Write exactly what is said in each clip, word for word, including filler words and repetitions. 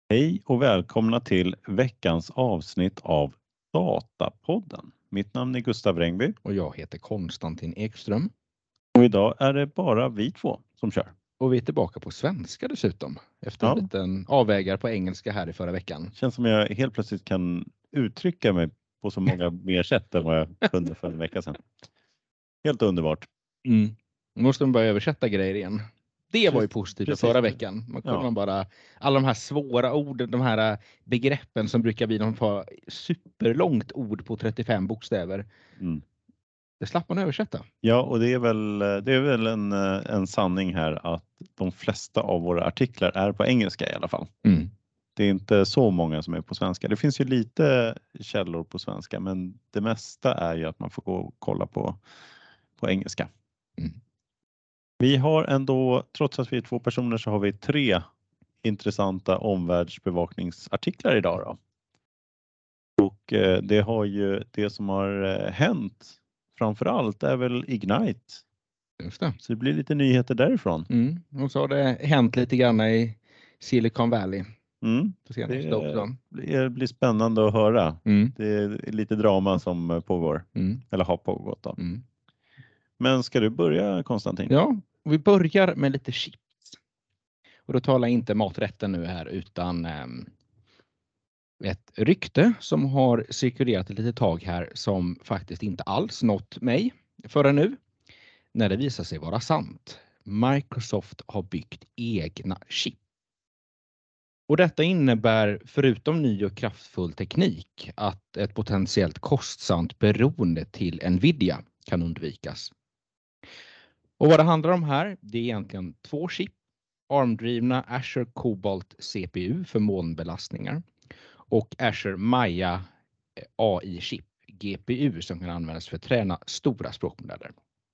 Hej och välkomna till veckans avsnitt av Datapodden. Mitt namn är Gustav Rengby. Och jag heter Konstantin Ekström. Och idag är det bara vi två som kör. Och vi är tillbaka på svenska dessutom. Efter Ja. en liten avvägar på engelska här i förra veckan. Känns som jag helt plötsligt kan uttrycka mig på så många mer sätt än vad jag kunde för en vecka sedan. Helt underbart. Mm. Nu måste man börja översätta grejer igen. Det var ju positivt Precis. förra veckan. Man kunde Ja. man bara, alla de här svåra orden, de här begreppen som brukar bli de superlångt ord på trettiofem bokstäver. Mm. Det slapp man översätta. Ja, och det är väl, det är väl en, en sanning här att de flesta av våra artiklar är på engelska i alla fall. Mm. Det är inte så många som är på svenska. Det finns ju lite källor på svenska, men det mesta är ju att man får gå och kolla på, på engelska. Mm. Vi har ändå, trots att vi är två personer, så har vi tre intressanta omvärldsbevakningsartiklar idag då. Och eh, det har ju, det som har eh, hänt framförallt är väl Ignite. Just det. Så det blir lite nyheter därifrån. Mm. Och så har det hänt lite grann i Silicon Valley. Mm. Det, också. det blir spännande att höra. Mm. Det är lite drama som pågår. Mm. Eller har pågått då. Mm. Men ska du börja, Konstantin? Ja, vi börjar med lite chips. Och då talar jag inte maträtten nu här utan eh, ett rykte som har cirkulerat ett litet tag här som faktiskt inte alls nått mig förrän nu. När det visar sig vara sant. Microsoft har byggt egna chip. Och detta innebär förutom ny och kraftfull teknik att ett potentiellt kostsamt beroende till Nvidia kan undvikas. Och vad det handlar om här, det är egentligen två chip. ARM-drivna Azure Cobalt C P U för molnbelastningar och Azure Maya A I-chip G P U som kan användas för att träna stora språkmodeller.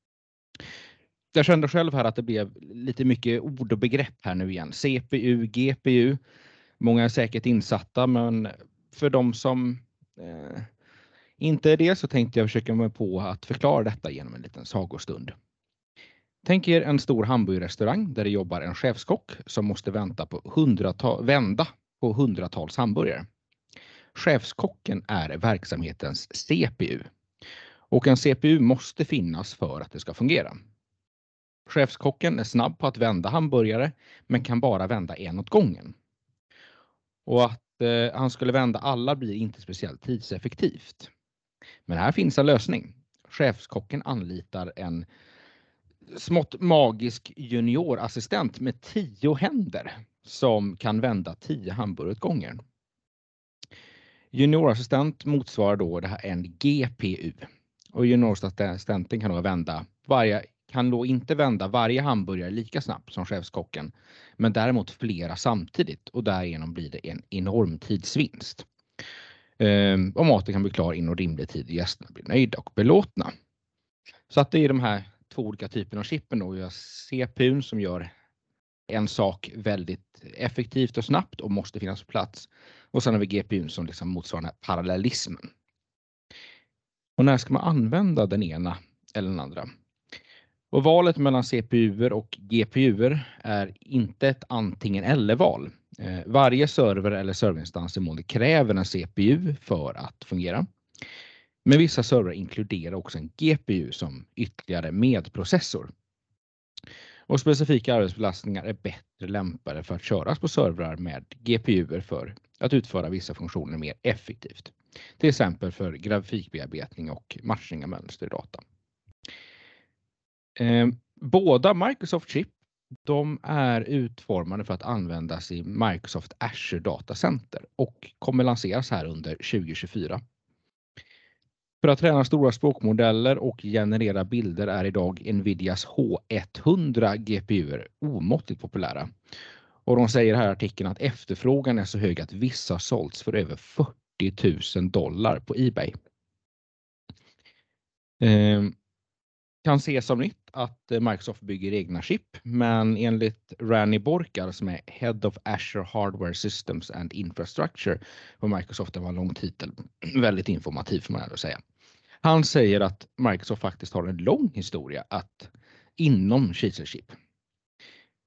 Jag kände själv här att det blev lite mycket ord och begrepp här nu igen. C P U, G P U. Många är säkert insatta, men för de som eh, inte är det så tänkte jag försöka mig på att förklara detta genom en liten sagostund. Tänk er en stor hamburgerrestaurang där det jobbar en chefskock som måste vänta på hundratal, vända på hundratals hamburgare. Chefskocken är verksamhetens C P U. Och en C P U måste finnas för att det ska fungera. Chefskocken är snabb på att vända hamburgare men kan bara vända en åt gången. Och att eh, han skulle vända alla blir inte speciellt tidseffektivt. Men här finns en lösning. Chefskocken anlitar en smått magisk juniorassistent med tio händer som kan vända tio hamburgare åt gången. Juniorassistent motsvarar då det här en G P U. Och juniorassistenten kan då vända varje, kan då inte vända varje hamburgare lika snabbt som chefskocken, men däremot flera samtidigt och därigenom blir det en enorm tidsvinst. Ehm, och maten kan bli klar inom rimlig tid och gästerna blir nöjda och belåtna. Så att det är de här två olika typerna av chippen då. Vi har C P U som gör en sak väldigt effektivt och snabbt och måste finnas på plats. Och sen har vi G P U som liksom motsvarar den här parallellismen. Och när ska man använda den ena eller den andra? Och valet mellan C P U-er och G P U-er är inte ett antingen eller val. Eh, varje server eller serverinstans i molnet kräver en C P U för att fungera. Men vissa servrar inkluderar också en G P U som ytterligare medprocessor. Och specifika arbetsbelastningar är bättre lämpade för att köras på servrar med G P U-er för att utföra vissa funktioner mer effektivt. Till exempel för grafikbearbetning och matchning av mönster i data. Eh, båda Microsoft chip, de är utformade för att användas i Microsoft Azure Data Center och kommer lanseras här under tjugo tjugofyra. För att träna stora språkmodeller och generera bilder är idag Nvidias H hundra G P U-er omåttligt populära. Och de säger här i artikeln att efterfrågan är så hög att vissa sålts för över fyrtio tusen dollar på eBay. Eh, kan ses som nytt att Microsoft bygger egna chip, men enligt Rani Borkar som är Head of Azure Hardware Systems and Infrastructure på Microsoft, det var en lång titel, väldigt informativ får man ändå säga. Han säger att Microsoft faktiskt har en lång historia att inom kiselchip.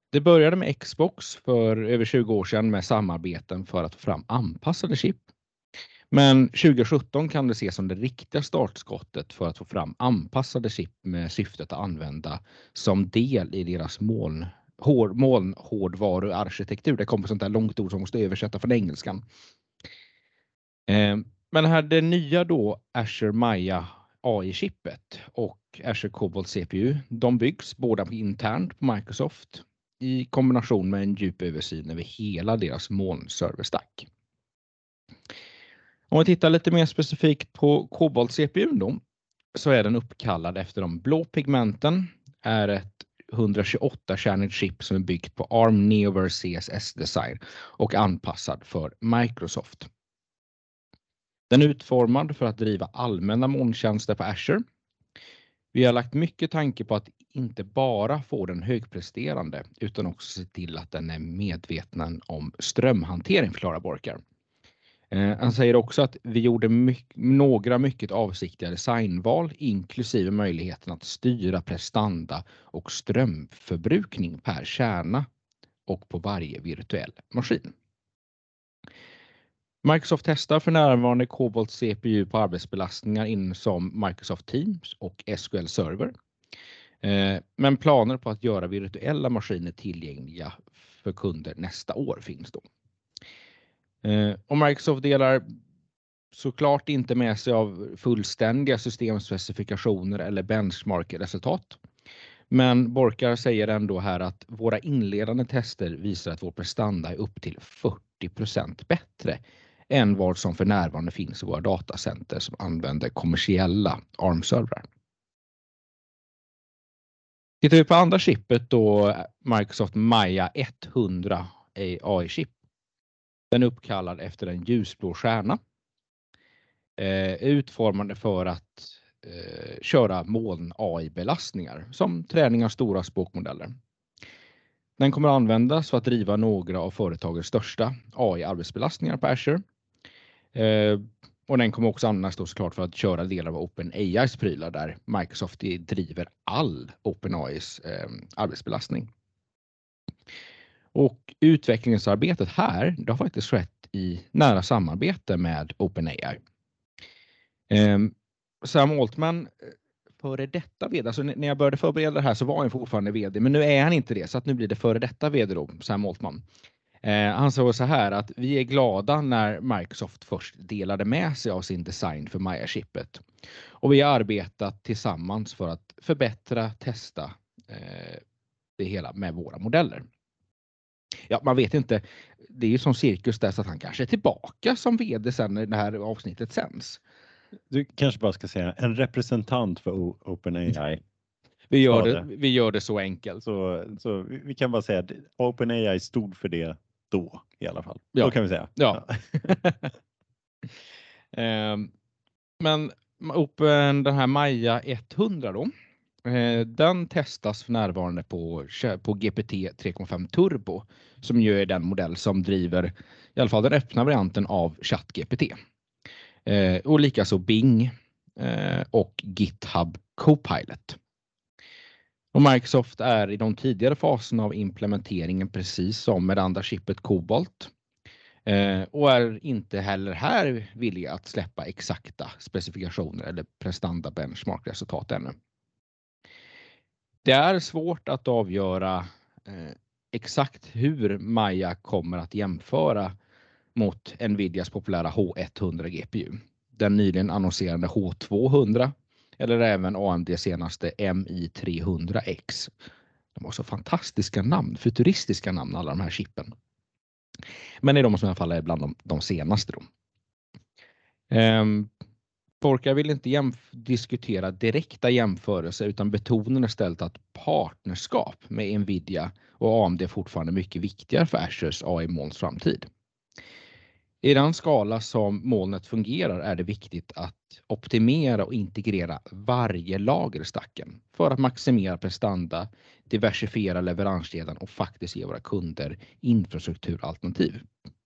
Det började med Xbox för över tjugo år sedan med samarbeten för att få fram anpassade chip. Men tjugo sjutton kan det ses som det riktiga startskottet för att få fram anpassade chip med syftet att använda som del i deras moln, hår, molnhårdvaruarkitektur. Det kommer sånt där långt ord som måste översätta från engelskan. Eh, men här det nya då Azure Maia A I-chippet och Azure Cobalt C P U, de byggs båda internt på Microsoft i kombination med en djup översyn över hela deras molnserverstack. Om vi tittar lite mer specifikt på Cobalt C P U då, så är den uppkallad efter de blå pigmenten, är ett etthundratjugoåtta-kärnigt chip som är byggt på ARM Neoverse C S S-design och anpassad för Microsoft. Den är utformad för att driva allmänna molntjänster på Azure. Vi har lagt mycket tanke på att inte bara få den högpresterande utan också se till att den är medveten om strömhantering, förklarar Borkar. Eh, han säger också att vi gjorde mycket, några mycket avsiktliga designval inklusive möjligheten att styra prestanda och strömförbrukning per kärna och på varje virtuell maskin. Microsoft testar för närvarande Cobalt C P U på arbetsbelastningar inom som Microsoft Teams och S Q L Server. Eh, men planer på att göra virtuella maskiner tillgängliga för kunder nästa år finns då. Eh, och Microsoft delar såklart inte med sig av fullständiga systemspecifikationer eller benchmark-resultat. Men Borkar säger ändå här att våra inledande tester visar att vår prestanda är upp till fyrtio procent bättre än vad som för närvarande finns i våra datacenter som använder kommersiella ARM-servrar. Tittar vi på andra chippet då, Microsoft Maia hundra A I-chip. Den är uppkallad efter en ljusblå stjärna. Eh, utformade för att eh, köra moln-A I-belastningar som träning av stora språkmodeller. Den kommer att användas för att driva några av företagets största A I-arbetsbelastningar på Azure. Eh, och den kommer också användas då såklart för att köra delar av OpenAIs prylar där Microsoft driver all OpenAIs eh, arbetsbelastning. Och utvecklingsarbetet här, det har faktiskt skett i nära samarbete med OpenAI. Eh, Sam Altman, före detta vd, alltså när jag började förbereda det här så var han fortfarande vd, men nu är han inte det, så att nu blir det före detta vd då, Sam Altman. Eh, han sa så här att vi är glada när Microsoft först delade med sig av sin design för Maia-chippet. Och vi har arbetat tillsammans för att förbättra, testa eh, det hela med våra modeller. Ja, man vet inte. Det är ju som cirkus där så att han kanske är tillbaka som vd sen när det här avsnittet sänds. Du kanske bara ska säga en representant för OpenAI. Vi gör det, vi gör det så enkelt. Så, så vi kan bara säga att OpenAI stod för det då i alla fall. Ja. Då kan vi säga. Ja. um, men Open, den här Maia hundra då. Den testas för närvarande på, på G P T tre komma fem Turbo som ju är den modell som driver i alla fall den öppna varianten av ChatGPT. Eh, och likaså Bing eh, och GitHub Copilot. Och Microsoft är i de tidigare faserna av implementeringen precis som med andra chippet Cobalt. Eh, och är inte heller här villiga att släppa exakta specifikationer eller prestanda benchmark-resultat ännu. Det är svårt att avgöra eh, exakt hur Maia kommer att jämföra mot Nvidias populära H hundra G P U. Den nyligen annonserade H tvåhundra eller även A M D senaste M I trehundra X. De har så fantastiska namn, futuristiska namn alla de här chippen. Men det är de som i alla fall är bland de, de senaste då. Um, Borkar vill inte jämf- diskutera direkta jämförelser utan betonar istället att partnerskap med Nvidia och A M D är fortfarande mycket viktigare för Azures A I-molns framtid. I den skala som molnet fungerar är det viktigt att optimera och integrera varje lager i stacken för att maximera prestanda, diversifiera leveranskedjan och faktiskt ge våra kunder infrastrukturalternativ.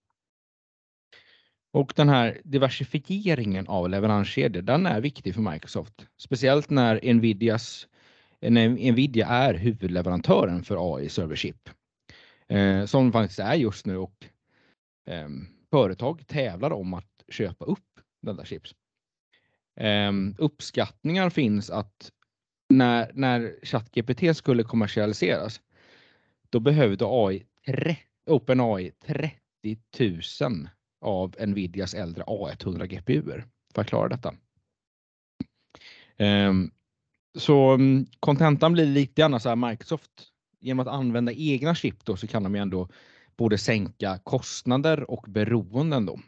Och den här diversifieringen av leveranskedjor, den är viktig för Microsoft. Speciellt när Nvidias, när Nvidia är huvudleverantören för A I serverchip. Eh, som faktiskt är just nu och eh, företag tävlar om att köpa upp dessa chips. Eh, uppskattningar finns att när, när ChatGPT skulle kommersialiseras, då behövde A I, OpenAI trettio tusen av Nvidias äldre A hundra G P U för att klara detta. Um, så kontentan blir lite grann så här, Microsoft genom att använda egna chip då, så kan de ju ändå både sänka kostnader och beroenden då.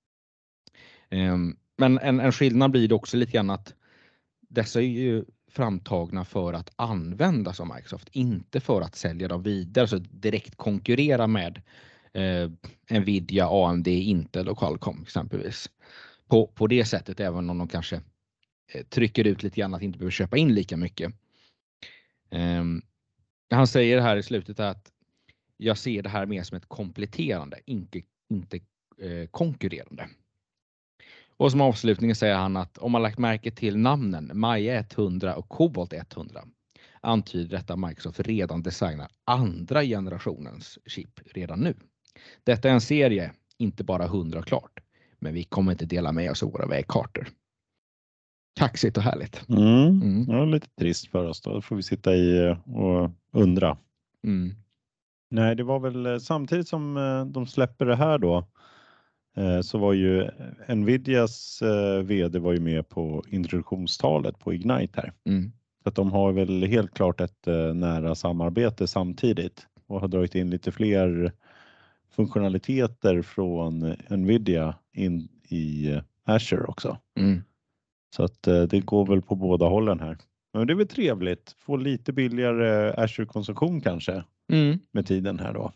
Um, men en, en skillnad blir det också lite grann att dessa är ju framtagna för att användas av Microsoft, inte för att sälja dem vidare, så direkt konkurrera med eh, Nvidia, A M D, Intel och Qualcomm exempelvis. På, på det sättet, även om de kanske eh, trycker ut lite grann att inte behöver köpa in lika mycket. Eh, han säger här i slutet att jag ser det här mer som ett kompletterande, inte, inte eh, konkurrerande. Och som avslutning säger han att om man lagt märke till namnen Maja hundra och Cobalt hundra antyder detta att Microsoft redan designar andra generationens chip redan nu. Detta är en serie, inte bara hundra klart, men vi kommer inte dela med oss av våra vägkartor. Kaxigt och härligt. Mm. Mm. Ja, lite trist för oss då. Då får vi sitta i och undra. Mm. Nej, det var väl samtidigt som de släpper det här då, så var ju Nvidias vd var ju med på introduktionstalet på Ignite här. Mm. Så att de har väl helt klart ett nära samarbete samtidigt och har dragit in lite fler funktionaliteter från Nvidia in i Azure också. Mm. Så att det går väl på båda hållen här. Men det är väl trevligt. Få lite billigare Azure-konsumtion kanske mm. med tiden här då.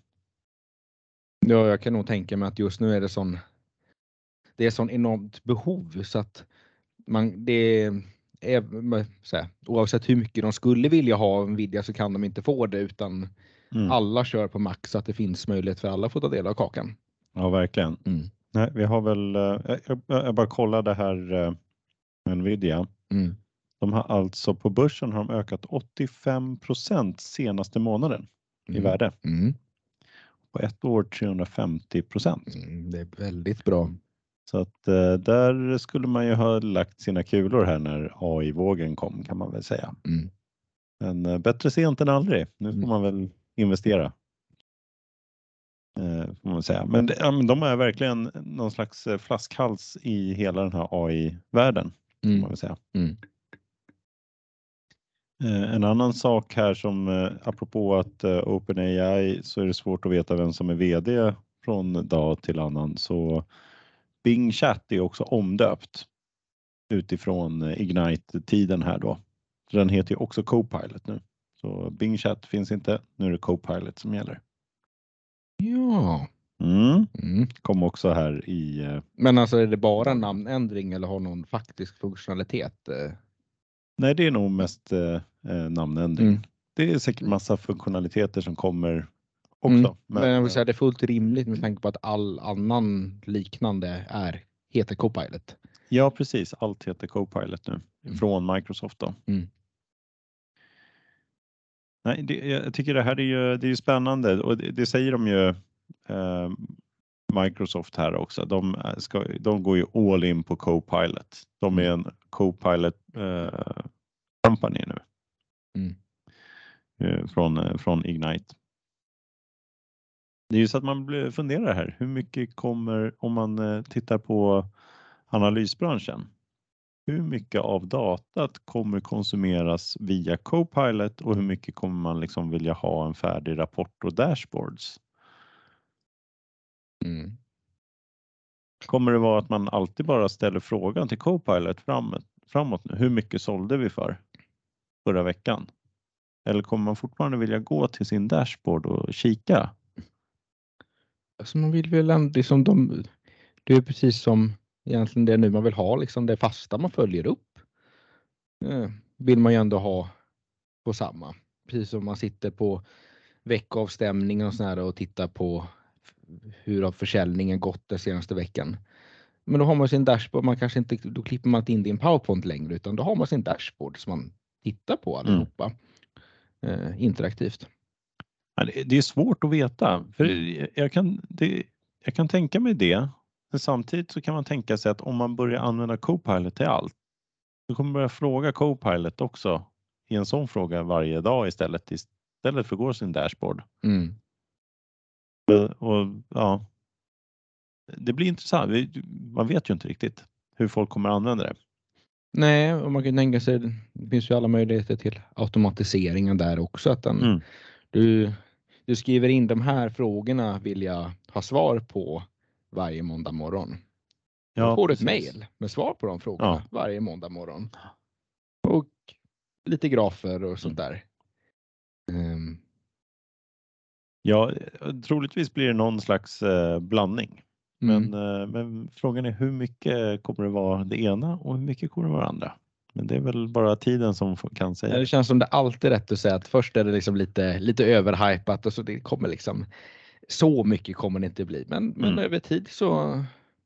Ja, jag kan nog tänka mig att just nu är det sån det är sån enormt behov så att man det är så här, oavsett hur mycket de skulle vilja ha Nvidia så kan de inte få det, utan mm. alla kör på max så att det finns möjlighet för alla att få ta del av kakan. Ja, verkligen. Mm. Nej, vi har väl jag, jag bara kollade här Nvidia. Mm. De har alltså på börsen har de ökat åttiofem procent senaste månaden mm. i värde. Mm. På ett år trehundrafemtio procent. Mm, det är väldigt bra. Så att eh, där skulle man ju ha lagt sina kulor här när A I-vågen kom, kan man väl säga. Mm. Men eh, bättre sent än aldrig. Nu får Mm. man väl investera. Eh, får man säga. Men, ja, men de är verkligen någon slags flaskhals i hela den här A I-världen. Mm. Man väl säga. Mm. Eh, en annan sak här som eh, apropå att eh, OpenAI, så är det svårt att veta vem som är vd från dag till annan. Så Bing Chat är också omdöpt utifrån Ignite-tiden här då. Så den heter ju också Copilot nu. Så Bing Chat finns inte, nu är det Copilot som gäller. Ja. Mm. Mm. Kom också här i... Men alltså är det bara en namnändring eller har någon faktisk funktionalitet? Nej, det är nog mest eh, namnändring. Mm. Det är säkert massa funktionaliteter som kommer också. Mm. Men, men jag vill säga det är fullt rimligt med tanke på att all annan liknande är heter Copilot. Ja, precis. Allt heter Copilot nu. Mm. Från Microsoft då. Mm. Nej, det, jag tycker det här är ju, det är ju spännande. Och det, det säger de ju eh, Microsoft här också. De, ska, de går ju all in på Copilot. De är en Copilot eh, company nu. Mm. Eh, från, från Ignite. Det är ju så att man funderar här. Hur mycket kommer, om man tittar på analysbranschen. Hur mycket av datat kommer konsumeras via Copilot och hur mycket kommer man liksom vilja ha en färdig rapport och dashboards? Mm. Kommer det vara att man alltid bara ställer frågan till Copilot framåt, framåt nu? Hur mycket sålde vi för förra veckan? Eller kommer man fortfarande vilja gå till sin dashboard och kika? Alltså man vill väl ändå liksom de, det är precis som egentligen det nu man vill ha, liksom det fasta man följer upp. Eh, vill man ju ändå ha på samma. Precis som man sitter på veckoavstämningen och så här och tittar på hur har försäljningen gått den senaste veckan. Men då har man sin dashboard, man kanske inte, då klipper man inte in det i en PowerPoint längre, utan då har man sin dashboard som man tittar på allihopa. Mm. Eh, interaktivt. Ja, det, det är svårt att veta. För jag kan, det, jag kan tänka mig det. Men samtidigt så kan man tänka sig att om man börjar använda Copilot till allt. Då kommer man börja fråga Copilot också i en sån fråga varje dag istället. Istället för att gå sin dashboard. Mm. Och ja, det blir intressant. Man vet ju inte riktigt hur folk kommer använda det. Nej, och man kan tänka sig, det finns ju alla möjligheter till automatiseringen där också. Att den, Mm. du, du skriver in de här frågorna vill jag ha svar på varje måndag morgon. Då Ja, får du ett precis. mejl med svar på de frågorna Ja. varje måndag morgon. Och lite grafer och sånt där. Um, Ja, troligtvis blir det någon slags eh, blandning. Men, mm. eh, men frågan är hur mycket kommer det vara det ena och hur mycket kommer det vara det andra? Men det är väl bara tiden som får- kan säga. Det känns som det alltid är rätt att säga att först är det liksom lite, lite överhypat och så det kommer liksom så mycket kommer det inte bli. Men, men Mm. över tid så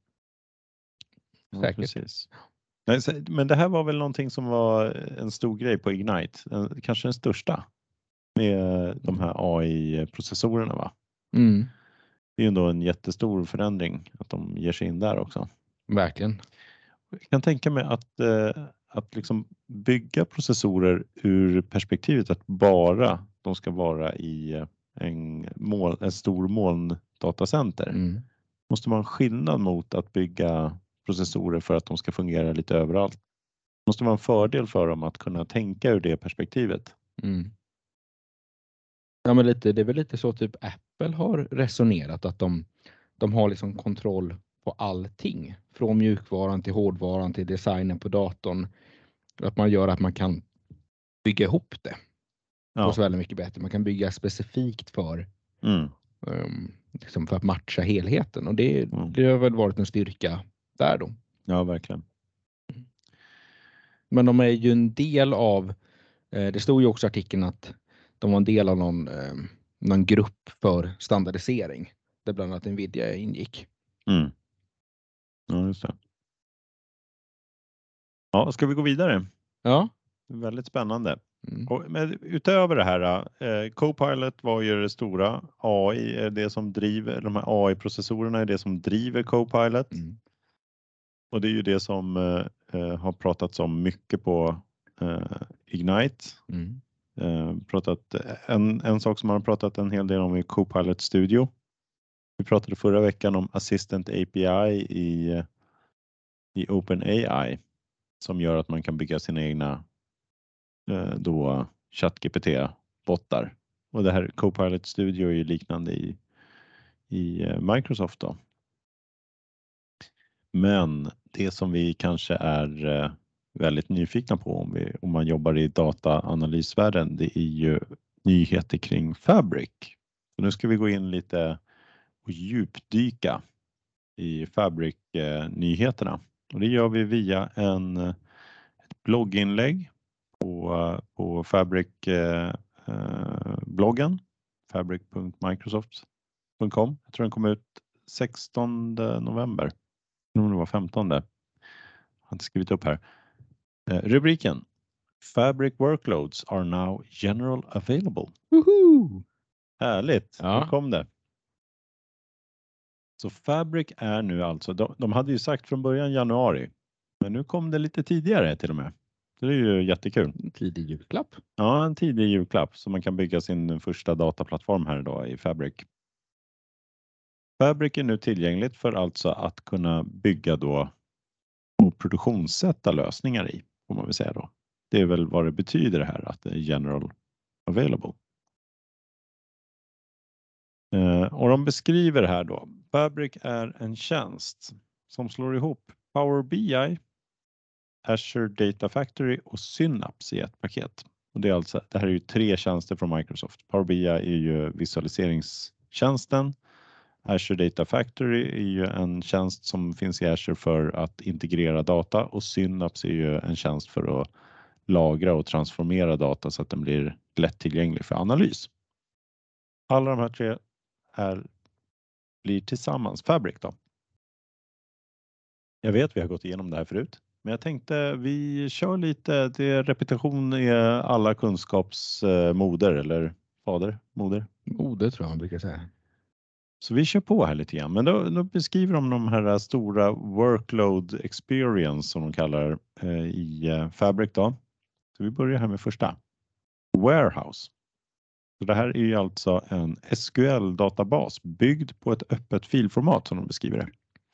Ja, säkert. precis. Nej, så- men det här var väl någonting som var en stor grej på Ignite. En- Kanske den största med de här A I-processorerna, va? Mm, Det är ju ändå en jättestor förändring att de ger sig in där också. verkligen. Jag kan tänka mig att, eh, att liksom bygga processorer ur perspektivet att bara de ska vara i eh, en, moln, en stor molndatacenter. Mm. Måste man ha en skillnad mot att bygga processorer för att de ska fungera lite överallt? Måste vara en fördel för dem att kunna tänka ur det perspektivet. Mm. Ja, men lite, det är väl lite så typ Apple har resonerat att de, de har liksom kontroll på allting. Från mjukvaran till hårdvaran till designen på datorn. Att man gör att man kan bygga ihop det på Ja. så väldigt mycket bättre. Man kan bygga specifikt för, Mm. um, liksom för att matcha helheten. Och det, Mm. det har väl varit en styrka där då. Ja, verkligen. Men de är ju en del av, eh, det stod ju också i artikeln att de var en del av någon, eh, någon grupp för standardisering. Där bland annat Nvidia ingick. Mm. Ja, just det. Ja, ska vi gå vidare? Ja. Väldigt spännande. Mm. Och med, utöver det här, eh, Copilot var ju det stora. A I är det som driver, de här A I-processorerna är det som driver Copilot. Mm. Och det är ju det som eh, har pratats om mycket på eh, Ignite. Mm. Eh, pratat, en, en sak som man har pratat en hel del om är Copilot Studio. Vi pratade förra veckan om Assistant A P I i, i OpenAI som gör att man kan bygga sina egna eh, då ChatGPT-bottar. Och det här Copilot Studio är ju liknande i, i eh, Microsoft då. Men det som vi kanske är eh, väldigt nyfikna på om, vi, om man jobbar i dataanalysvärlden, det är ju nyheter kring Fabric. Så nu ska vi gå in lite och djupdyka i Fabric-nyheterna. Och det gör vi via en, ett blogginlägg på, på Fabric-bloggen, fabric punkt microsoft punkt com. Jag tror den kom ut sextonde november. Nu det var femtonde. Jag har inte skrivit upp här. Rubriken: Fabric workloads are now general available. Woho! Härligt, Ja. nu kom det. Så Fabric är nu alltså, de, de hade ju sagt från början januari, men nu kom det lite tidigare till och med. Det är ju jättekul. En tidig julklapp. Ja, en tidig julklapp så man kan bygga sin första dataplattform här idag i Fabric. Fabric är nu tillgängligt för alltså att kunna bygga då och produktionssätta lösningar i, får man väl säga då. Det är väl vad det betyder det här att det är general available. Eh, och de beskriver här då, Fabric är en tjänst som slår ihop Power B I, Azure Data Factory och Synapse i ett paket. Och det, är alltså, det här är ju tre tjänster från Microsoft. Power B I är ju visualiseringstjänsten. Azure Data Factory är ju en tjänst som finns i Azure för att integrera data och Synapse är ju en tjänst för att lagra och transformera data så att den blir lättillgänglig för analys. Alla de här tre är, blir tillsammans Fabric då. Jag vet vi har gått igenom det här förut, men jag tänkte vi kör lite, det repetition är alla kunskapsmoder eller fader, moder. Moder tror jag man brukar säga. Så vi kör på här lite grann. Men då, då beskriver de de här stora workload experience som de kallar eh, i eh, Fabric då. Så vi börjar här med första. Warehouse. Så det här är ju alltså en S Q L-databas byggd på ett öppet filformat som de beskriver det.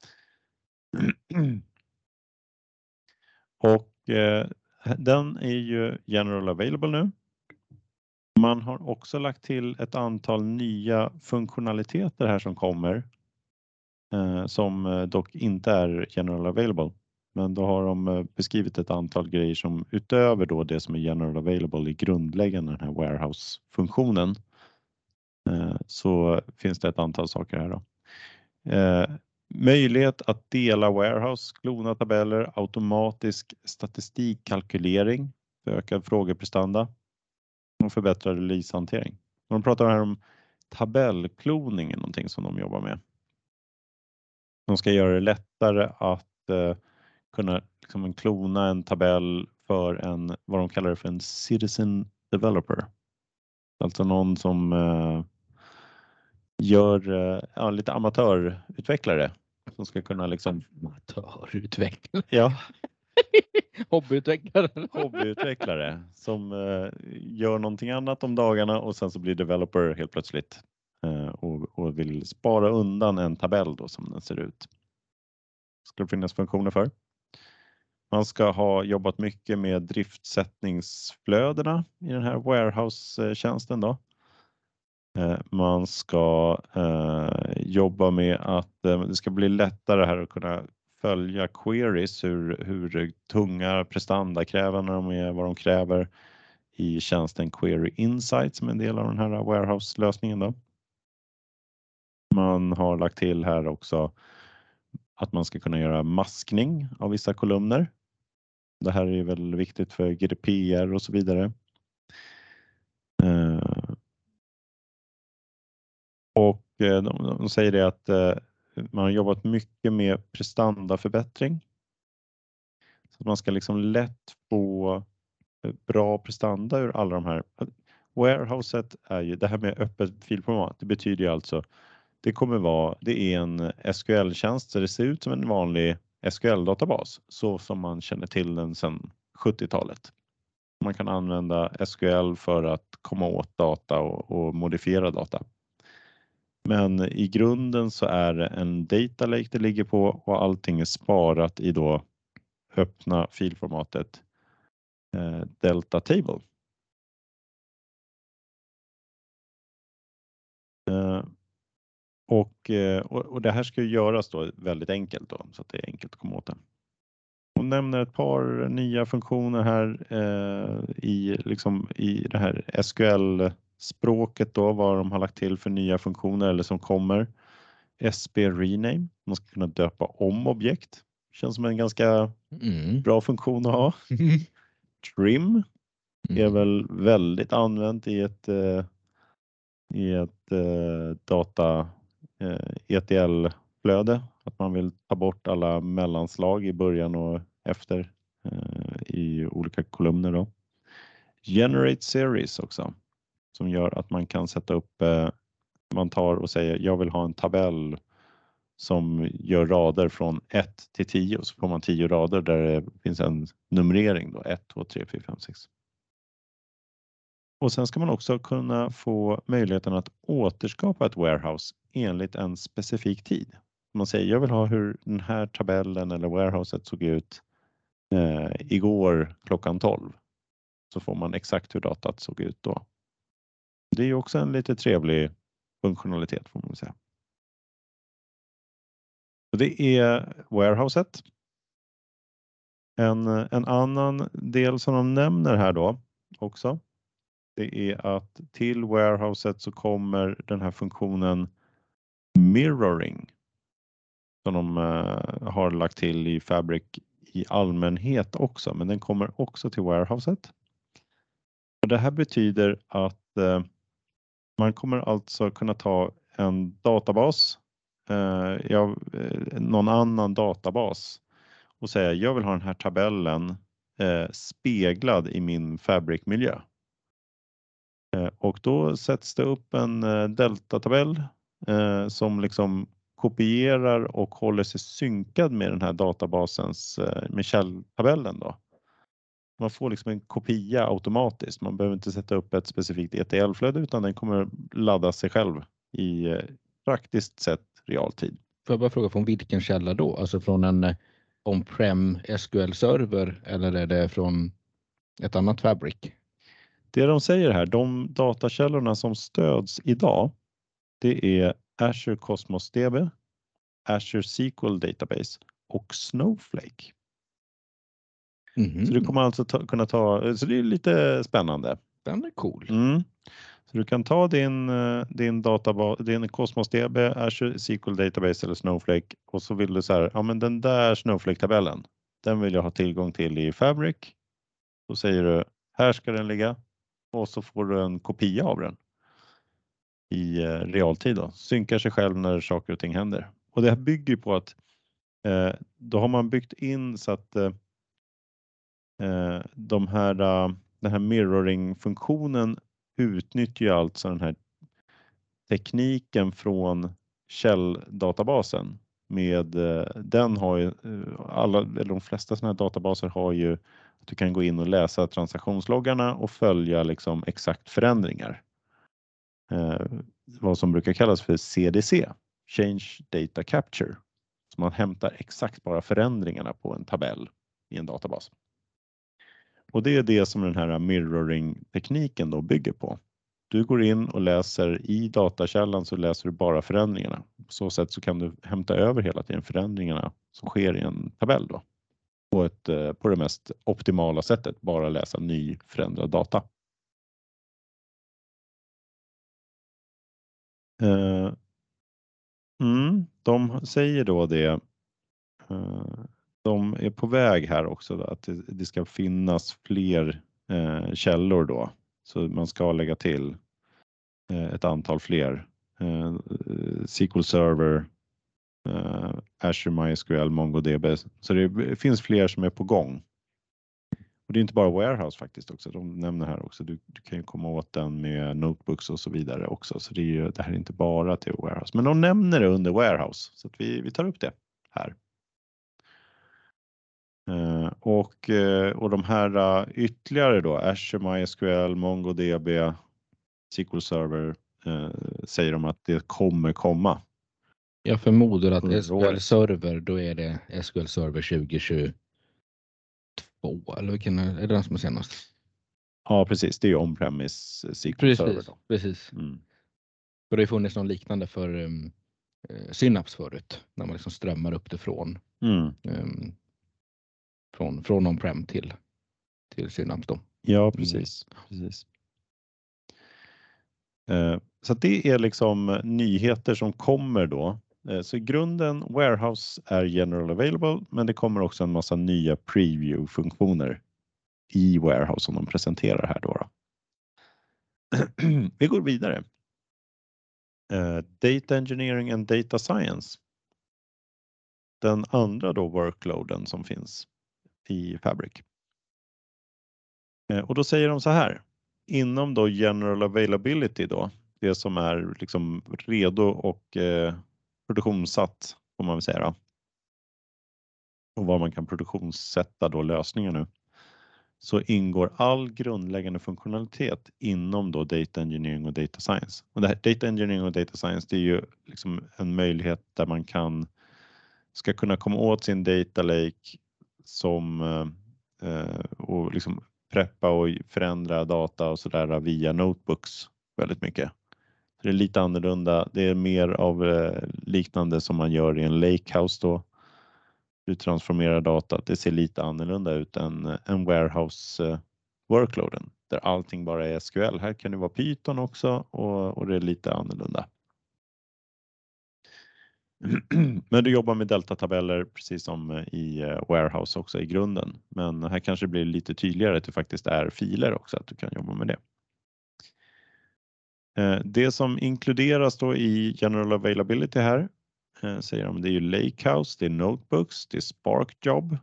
Och eh, den är ju general available nu. Man har också lagt till ett antal nya funktionaliteter här som kommer. Eh, som eh, dock inte är general available. Men då har de eh, beskrivit ett antal grejer som utöver då det som är general available i grundläggande den här warehouse-funktionen. Eh, så finns det ett antal saker här då. Eh, möjlighet att dela warehouse, klona tabeller, automatisk statistikkalkylering för ökad frågeprestanda och förbättrad releasehantering. De pratar här om tabellkloning, någonting som de jobbar med. De ska göra det lättare att eh, kunna liksom, klona en tabell för en, vad de kallar det för en citizen developer. Alltså någon som eh, gör eh, ja, lite amatörutvecklare som ska kunna liksom... Amatörutvecklare? Ja. Hobbyutvecklare. Hobbyutvecklare som eh, gör någonting annat om dagarna och sen så blir developer helt plötsligt eh, och, och vill spara undan en tabell då som den ser ut. Ska det finnas funktioner för. Man ska ha jobbat mycket med driftsättningsflödena i den här warehouse-tjänsten då. Man ska eh, jobba med att eh, det ska bli lättare här att kunna följa queries, hur, hur tunga prestandakrävande de är, vad de kräver i tjänsten Query Insight som är en del av den här warehouse-lösningen då. Man har lagt till här också att man ska kunna göra maskning av vissa kolumner. Det här är väl viktigt för G D P R och så vidare. Eh, och de, de säger det att eh, man har jobbat mycket med prestandaförbättring. Så att man ska liksom lätt få bra prestanda ur alla de här. Warehouset är ju, det här med öppet filformat, det betyder ju alltså, det kommer vara, det är en S Q L-tjänst så det ser ut som en vanlig S Q L-databas så som man känner till den sedan sjuttiotalet. Man kan använda S Q L för att komma åt data och, och modifiera data. Men i grunden så är det en data lake det ligger på och allting är sparat i då öppna filformatet eh, Delta Table. Eh, och, eh, och det här ska ju göras då väldigt enkelt då, så att det är enkelt att komma åt det. Hon nämner ett par nya funktioner här eh, i, liksom, i det här S Q L-språket då, vad de har lagt till för nya funktioner eller som kommer. S B Rename, man ska kunna döpa om objekt. Känns som en ganska mm. bra funktion att ha. Mm. Trim är mm. väl väldigt använt i ett, eh, i ett eh, data eh, E T L-flöde. Att man vill ta bort alla mellanslag i början och efter eh, i olika kolumner då. Generate series också som gör att man kan sätta upp, eh, man tar och säger jag vill ha en tabell som gör rader från ett till tio så får man tio rader där det finns en numrering då, ett, två, tre, fyra, fem, sex. Och sen ska man också kunna få möjligheten att återskapa ett warehouse enligt en specifik tid. Man säger jag vill ha hur den här tabellen eller warehouset såg ut eh, igår klockan tolv. Så får man exakt hur datat såg ut då. Det är ju också en lite trevlig funktionalitet får man säga. Så det är warehouset. En, en annan del som de nämner här då också. Det är att till warehouset så kommer den här funktionen mirroring. Som de uh, har lagt till i Fabric i allmänhet också. Men den kommer också till warehouset. Och det här betyder att uh, man kommer alltså kunna ta en databas. Uh, ja, någon annan databas. Och säga jag vill ha den här tabellen uh, speglad i min Fabric-miljö. Och då sätts det upp en delta-tabell som liksom kopierar och håller sig synkad med den här databasens, med källtabellen då. Man får liksom en kopia automatiskt. Man behöver inte sätta upp ett specifikt E T L-flöde utan den kommer ladda sig själv i praktiskt sett realtid. Får jag bara fråga från vilken källa då? Alltså från en on-prem S Q L-server eller är det från ett annat Fabric? Det de säger här, de datakällorna som stöds idag, det är Azure Cosmos D B, Azure S Q L Database och Snowflake. Mm. Så du kommer alltså ta, kunna ta, så det är lite spännande. Den är cool. Mm. Så du kan ta din, din databas, din Cosmos D B, Azure S Q L Database eller Snowflake och så vill du så här, ja men den där Snowflake-tabellen, den vill jag ha tillgång till i Fabric. Då säger du, här ska den ligga och så får du en kopia av den i realtid då. Synkar sig själv när saker och ting händer. Och det här bygger på att eh, då har man byggt in så att eh, de här, den här mirroring-funktionen utnyttjar alltså den här tekniken från källdatabasen. Med den har ju alla, eller de flesta sådana här databaser har ju att du kan gå in och läsa transaktionsloggarna och följa liksom exakt förändringar. Eh, vad som brukar kallas för C D C, Change Data Capture. Så man hämtar exakt bara förändringarna på en tabell i en databas. Och det är det som den här mirroring-tekniken då bygger på. Du går in och läser i datakällan så läser du bara förändringarna. På så sätt så kan du hämta över hela tiden förändringarna som sker i en tabell då. På, ett, på det mest optimala sättet, bara läsa ny förändrad data. Mm, de säger då det. De är på väg här också då, att det ska finnas fler eh, källor då. Så man ska lägga till eh, ett antal fler. Eh, S Q L Server, eh, Azure MySQL, MongoDB. Så det finns fler som är på gång. Och det är inte bara warehouse faktiskt också. De nämner här också. Du, du kan ju komma åt den med notebooks och så vidare också. Så det, är ju, det här är inte bara till warehouse. Men de nämner det under warehouse. Så att vi, vi tar upp det här. Uh, och, uh, och de här uh, ytterligare då, Azure MySQL, MongoDB, S Q L Server, uh, säger de att det kommer komma. Jag förmodar att S Q L Server, då är det S Q L Server tjugo tjugotvå, eller vilken är det den som är senast? Ja, precis. Det är ju on-premise S Q L precis, Server då. Precis, mm. För det har funnits något liknande för um, Synapse förut, när man liksom strömmar upp det från mm. um, Från, från on-prem till, till Synapse då. Ja, precis. Mm. precis. Eh, så det är liksom nyheter som kommer då. Eh, så i grunden, warehouse är general available, men det kommer också en massa nya preview-funktioner i warehouse som de presenterar här då. då. Vi går vidare. Eh, data engineering and data science. Den andra då workloaden som finns i Fabric. Och då säger de så här, inom då general availability då, det som är liksom redo och eh, produktionssatt får man väl säga då. Och var man kan produktionssätta då lösningar nu. Så ingår all grundläggande funktionalitet inom då data engineering och data science. Och det här, data engineering och data science, det är ju liksom en möjlighet där man kan ska kunna komma åt sin data lake som eh, och liksom preppa och förändra data och sådär via notebooks väldigt mycket. Så det är lite annorlunda. Det är mer av eh, liknande som man gör i en lakehouse då. Du transformerar data. Det ser lite annorlunda ut än en warehouse eh, workloaden där allting bara är S Q L. Här kan det vara Python också och, och det är lite annorlunda. Men du jobbar med delta-tabeller precis som i warehouse också i grunden. Men här kanske det blir lite tydligare att det faktiskt är filer också, att du kan jobba med det. Det som inkluderas då i general availability här säger de, det är ju lakehouse, det är notebooks, det är SparkJob,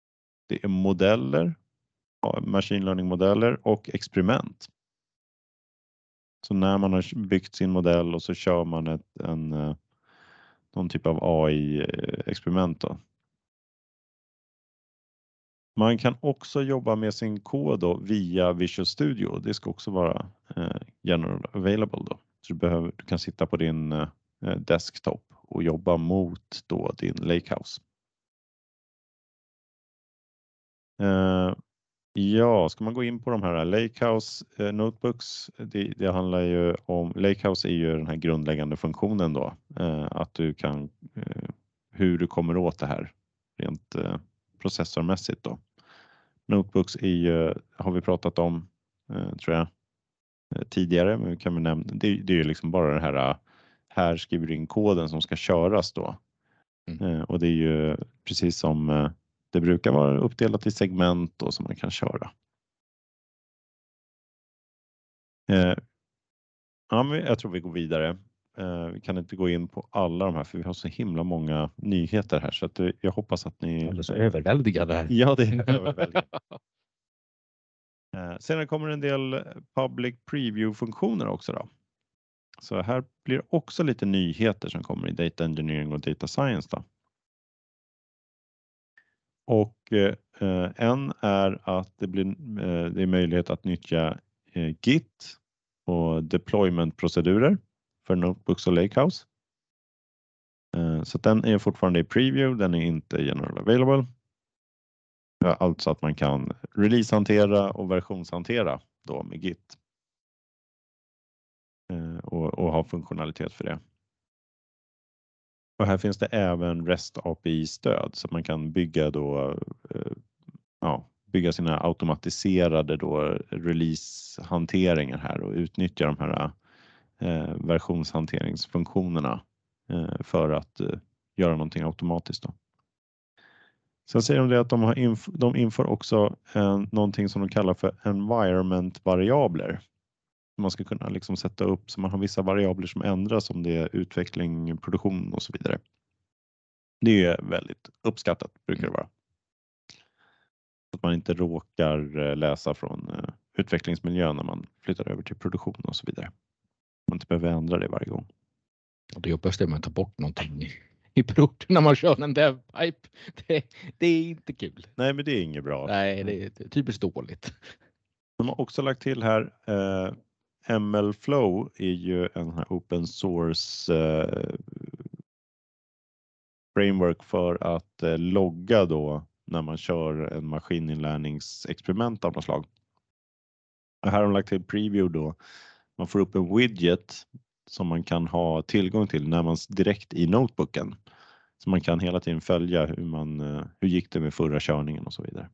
det är modeller, machine learning modeller och experiment. Så när man har byggt sin modell och så kör man ett, en, någon typ av A I-experiment då. Man kan också jobba med sin kod då via Visual Studio. Det ska också vara eh, general available då. Så du, behöver, du kan sitta på din eh, desktop och jobba mot då din Lakehouse. Eh, ja, ska man gå in på de här Lakehouse eh, notebooks. Det, det handlar ju om, Lakehouse är ju den här grundläggande funktionen då. Eh, att du kan, eh, hur du kommer åt det här rent eh, processormässigt då. Notebooks är ju, har vi pratat om, eh, tror jag, eh, tidigare, men vi kan väl nämna, det, det är ju liksom bara det här, här skriver du in koden som ska köras då. Mm. Eh, och det är ju precis som eh, det brukar vara uppdelat i segment då som man kan köra. Eh, ja, men jag tror vi går vidare. Eh, vi kan inte gå in på alla de här för vi har så himla många nyheter här så att det, jag hoppas att ni... Det är så överväldigande här. Ja, det är överväldigande. Eh, Sen kommer en del public preview-funktioner också då. Så här blir också lite nyheter som kommer i Data Engineering och Data Science då. Och eh, en är att det blir eh, det är möjlighet att nyttja eh, Git och deployment-procedurer för Notebooks och Lakehouse. Eh, så den är fortfarande i preview, den är inte general available. Alltså att man kan release-hantera och versionshantera då med Git. Och, och ha funktionalitet för det. Och här finns det även REST A P I-stöd så man kan bygga då, ja, bygga sina automatiserade då release-hanteringar här och utnyttja de här eh, versionshanteringsfunktionerna eh, för att eh, göra någonting automatiskt då. Sen säger de det att de, har inf- de inför också eh, någonting som de kallar för environment-variabler. Man ska kunna liksom sätta upp så man har vissa variabler som ändras om det är utveckling, produktion och så vidare. Det är väldigt uppskattat brukar det vara. Att man inte råkar läsa från utvecklingsmiljön när man flyttar över till produktion och så vidare. Man inte behöver ändra det varje gång. Det jobbigaste är med att ta bort någonting i produkten när man kör en devpipe. Det, det är inte kul. Nej, men det är inget bra. Nej, det är typiskt dåligt. De har också lagt till här eh, M L Flow är ju en här open source eh, framework för att eh, logga då när man kör en maskininlärningsexperiment av något slag. Och här har de lagt till preview då. Man får upp en widget som man kan ha tillgång till när man direkt i notebooken. Så man kan hela tiden följa hur man hur gick det med förra körningen och så vidare.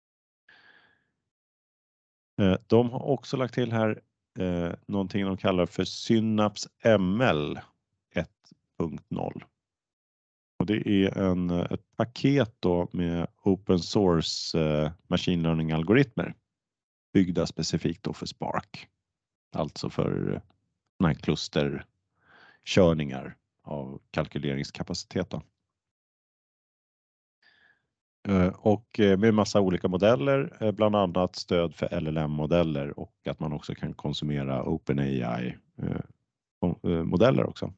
De har också lagt till här eh, någonting de kallar för Synapse M L ett punkt noll. Och det är en, ett paket då med open source eh, machine learning algoritmer byggda specifikt då för Spark. Alltså för såna här klusterkörningar av kalkyleringskapacitet då. Och med massa olika modeller, bland annat stöd för L L M-modeller och att man också kan konsumera OpenAI-modeller också.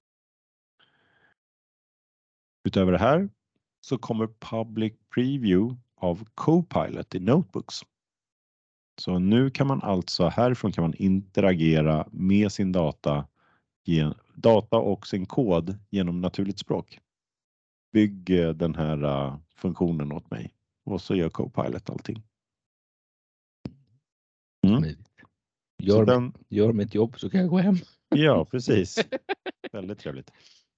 Utöver det här så kommer public preview av Copilot i Notebooks. Så nu kan man alltså, härifrån kan man interagera med sin data, data och sin kod genom naturligt språk. Bygg den här funktionen åt mig och så gör Copilot allting. Mm. Gör, den, mitt, gör mitt jobb så kan jag gå hem. Ja, precis. Väldigt trevligt.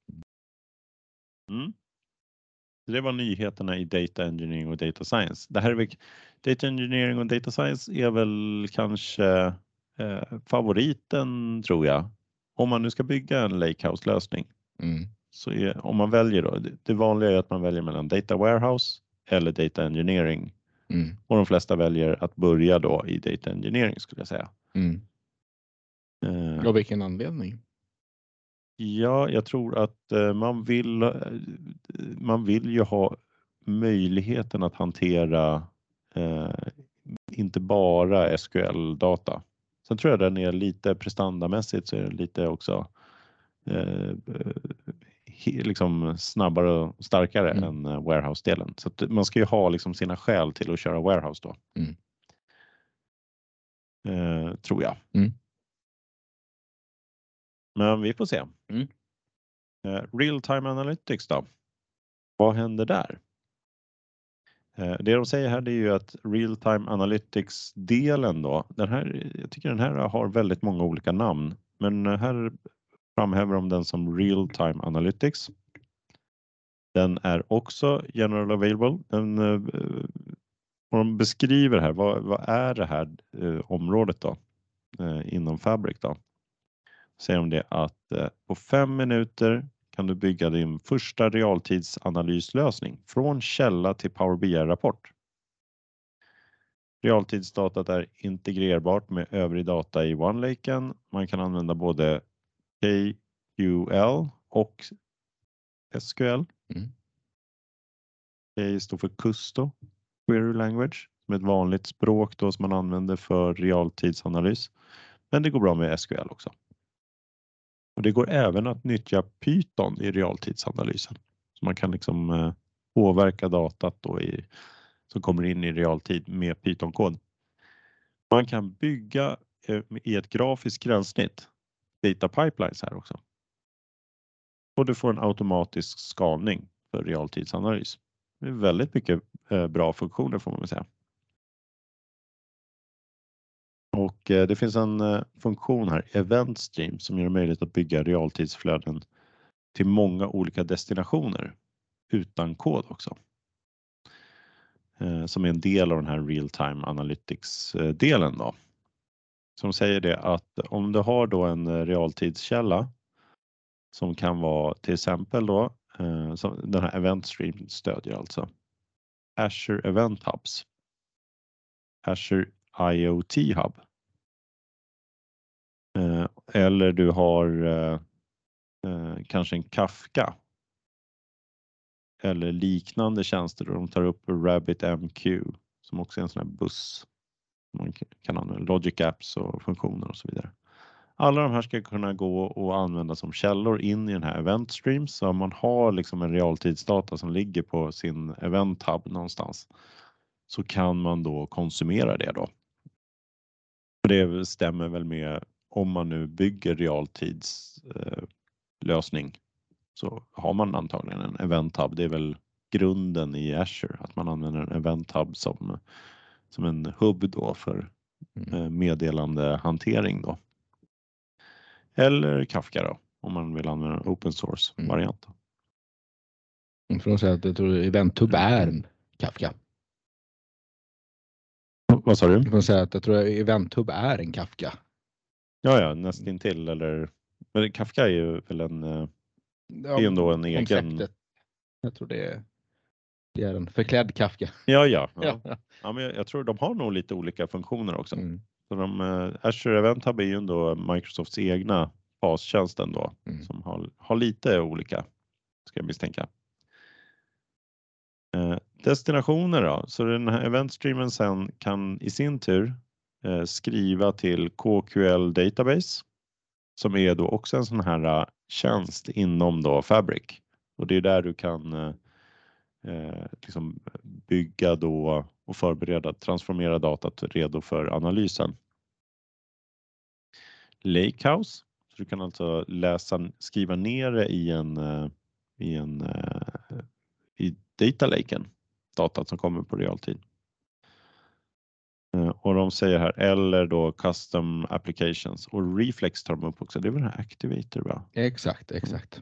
Mm. Det var nyheterna i Data Engineering och Data Science. Det här är väl, Data Engineering och Data Science är väl kanske eh, favoriten tror jag. Om man nu ska bygga en Lakehouse-lösning. Mm. Så är, om man väljer då, det, det vanliga är att man väljer mellan Data Warehouse eller Data Engineering. Mm. Och de flesta väljer att börja då i Data Engineering skulle jag säga. Mm. Eh, Ja, vilken anledning? Ja, jag tror att eh, man vill eh, man vill ju ha möjligheten att hantera eh, inte bara S Q L-data Sen tror jag den är lite prestandamässigt så är den lite också eh, liksom snabbare och starkare mm. än warehouse-delen. Så att man ska ju ha liksom sina skäl till att köra warehouse då. Mm. Eh, tror jag. Mm. Men vi får se. Mm. Eh, Real-time analytics då? Vad händer där? Eh, det de säger här det är ju att Real-time analytics-delen då, den här, jag tycker den här har väldigt många olika namn. Men här framhäver de den som Real-time analytics. Den är också general available. Den, eh, och de beskriver här, vad, vad är det här eh, området då? Eh, inom Fabric då? Säger de det att eh, på fem minuter kan du bygga din första realtidsanalyslösning från källa till Power B I-rapport. Realtidsdatat är integrerbart med övrig data i OneLaken. Man kan använda både K Q L och S Q L. Mm. K står för Custo Query Language, som är ett vanligt språk då som man använder för realtidsanalys. Men det går bra med S Q L också. Och det går även att nyttja Python i realtidsanalysen. Så man kan liksom eh, påverka datat då i, som kommer in i realtid med Python-kod. Man kan bygga eh, i ett grafiskt gränssnitt data pipelines här också. Och du får en automatisk skalning för realtidsanalys. Det är väldigt mycket eh, bra funktioner får man väl säga. Och eh, det finns en eh, funktion här, Event Stream, som gör det möjligt att bygga realtidsflöden till många olika destinationer utan kod också. Eh, som är en del av den här Real-time Analytics-delen då. Som säger det att om du har då en realtidskälla som kan vara till exempel då, eh, som den här Event Stream stödjer alltså Azure Event Hubs, Azure I O T Hub. Eh, eller du har eh, eh, kanske en Kafka eller liknande tjänster där de tar upp RabbitMQ som också är en sån här buss. Man kan använda Logic Apps och funktioner och så vidare. Alla de här ska kunna gå och användas som källor in i den här Event Stream. Så om man har liksom en realtidsdata som ligger på sin Event Hub någonstans så kan man då konsumera det då. Det stämmer väl med om man nu bygger realtidslösning eh, så har man antagligen en Event Hub. Det är väl grunden i Azure att man använder en Event Hub som, som en hubb då för eh, meddelandehantering då. Eller Kafka då, om man vill använda en open source variant. Mm. För att säga att jag tror EventHub är en Kafka. Vad sa du? Jag får säga att jag tror att EventHub är en Kafka. Ja, ja, nästintill. Eller, men Kafka är ju väl en, ja, det är ändå en egen... Jag tror det är, det är en förklädd Kafka. Ja, ja. ja. ja. ja men jag, jag tror de har nog lite olika funktioner också. Mm. Så de, uh, Azure Event Hub är ju ändå Microsofts egna bastjänsten då. Mm. Som har, har lite olika, ska jag misstänka. Uh, destinationer då. Så den här eventstreamen sen kan i sin tur uh, skriva till K Q L Database. Som är då också en sån här uh, tjänst inom då Fabric. Och det är där du kan uh, liksom bygga då och förbereda, transformera datat redo för analysen. Lakehouse, så du kan alltså läsa, skriva ner det i en, i en i data laken, datat som kommer på realtid. Och de säger här, eller då custom applications och Reflex tar de upp också, det är väl den här Activator va? Exakt, exakt.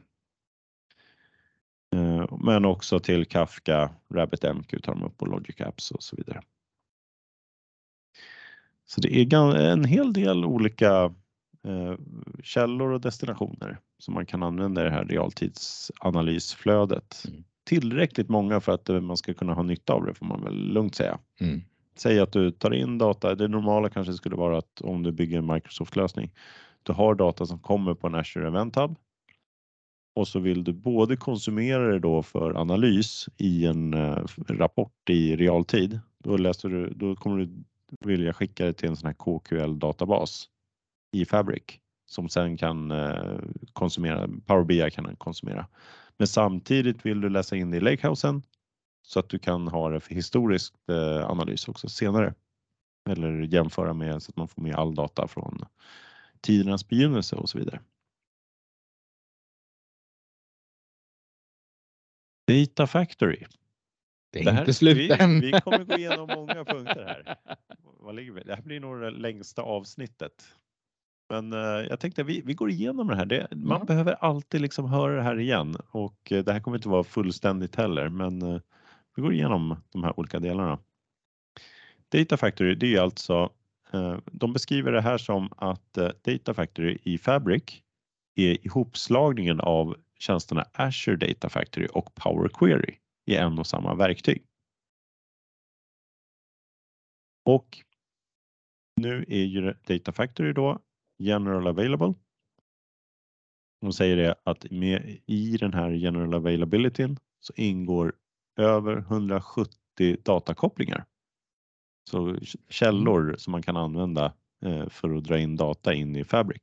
Men också till Kafka, RabbitMQ tar de upp och Logic Apps och så vidare. Så det är en hel del olika eh, källor och destinationer som man kan använda i det här realtidsanalysflödet. Mm. Tillräckligt många för att man ska kunna ha nytta av det får man väl lugnt säga. Mm. Säg att du tar in data, det normala kanske skulle vara att om du bygger en Microsoft-lösning, du har data som kommer på en Azure Event Hub och så vill du både konsumera det då för analys i en uh, rapport i realtid. Då läser du, då kommer du vilja skicka det till en sån här K Q L-databas i Fabric som sen kan eh, konsumera, Power B I kan den konsumera. Men samtidigt vill du läsa in det i Lakehousen så att du kan ha det för historisk eh, analys också senare. Eller jämföra med så att man får med all data från tidernas begynnelse och så vidare. Data Factory. Det är Det här, inte slut vi, än. vi kommer gå igenom många punkter här. Vad ligger vi? Det här blir nog det längsta avsnittet. Men eh, jag tänkte vi, vi går igenom det här. Det, man Ja. behöver alltid liksom höra det här igen. Och eh, det här kommer inte vara fullständigt heller. Men eh, vi går igenom de här olika delarna. Data Factory, det är alltså, eh, de beskriver det här som att eh, Data Factory i Fabric är ihopslagningen av tjänsterna Azure Data Factory och Power Query i en och samma verktyg. Och nu är ju Data Factory då general available. De säger det att med, i den här general availabilityn så ingår över hundrasjuttio datakopplingar. Så källor som man kan använda eh, för att dra in data in i Fabric.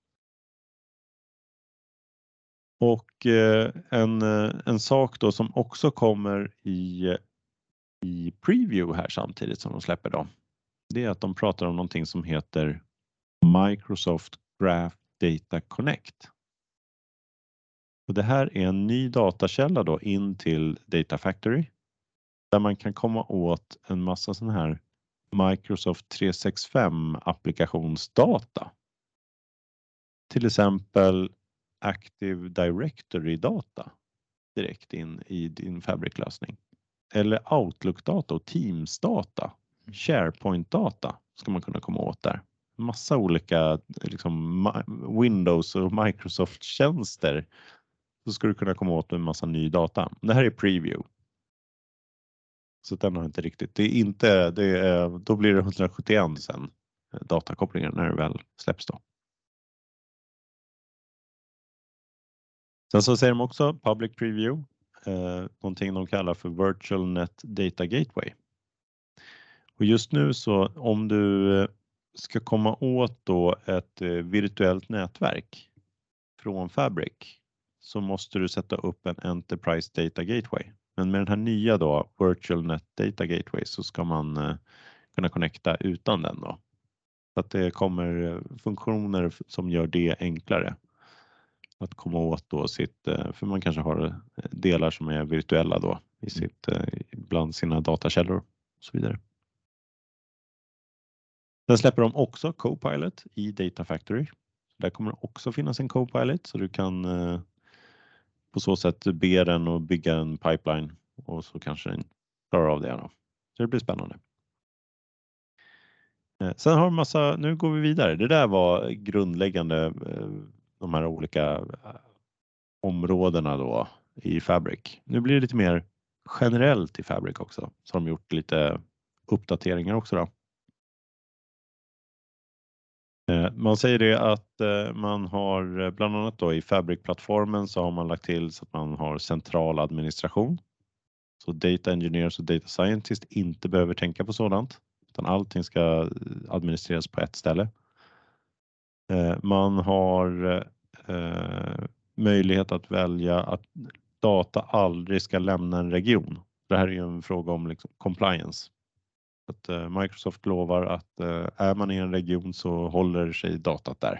Och eh, en, en sak då som också kommer i, i preview här samtidigt som de släpper då. Det är att de pratar om någonting som heter Microsoft Graph Data Connect. Och det här är en ny datakälla då in till Data Factory. Där man kan komma åt en massa sån här Microsoft tre sextiofem applikationsdata. Till exempel Active Directory-data direkt in i din Fabric-lösning. Eller Outlook-data och Teams-data. SharePoint-data ska man kunna komma åt där. Massa olika liksom, Windows och Microsoft-tjänster. Så ska du kunna komma åt en massa ny data. Det här är preview. Så den har inte riktigt. Det är inte, det är, då blir det hundrasjuttioen sen datakopplingar när det väl släpps då. Sen så säger de också public preview. Eh, någonting de kallar för Virtual Net Data Gateway. Och just nu så om du ska komma åt då ett virtuellt nätverk från Fabric så måste du sätta upp en Enterprise Data Gateway. Men med den här nya då, Virtual Net Data Gateway, så ska man eh, kunna connecta utan den då. Så att det kommer funktioner som gör det enklare att komma åt då sitt, eh, för man kanske har delar som är virtuella då i sitt, eh, bland sina datakällor och så vidare. Sen släpper de också Copilot i Data Factory. Där kommer det också finnas en Copilot så du kan eh, på så sätt be den att bygga en pipeline och så kanske den klarar av det då. Så det blir spännande. Eh, sen har vi massa, nu går vi vidare. Det där var grundläggande eh, de här olika eh, områdena då i Fabric. Nu blir det lite mer generellt i Fabric också. Så har de gjort lite uppdateringar också då. Man säger det att man har bland annat då i Fabric-plattformen så har man lagt till så att man har central administration. Så data engineers och data scientists inte behöver tänka på sådant. Utan allting ska administreras på ett ställe. Man har möjlighet att välja att data aldrig ska lämna en region. Det här är ju en fråga om liksom compliance. Att Microsoft lovar att är man i en region så håller sig datat där.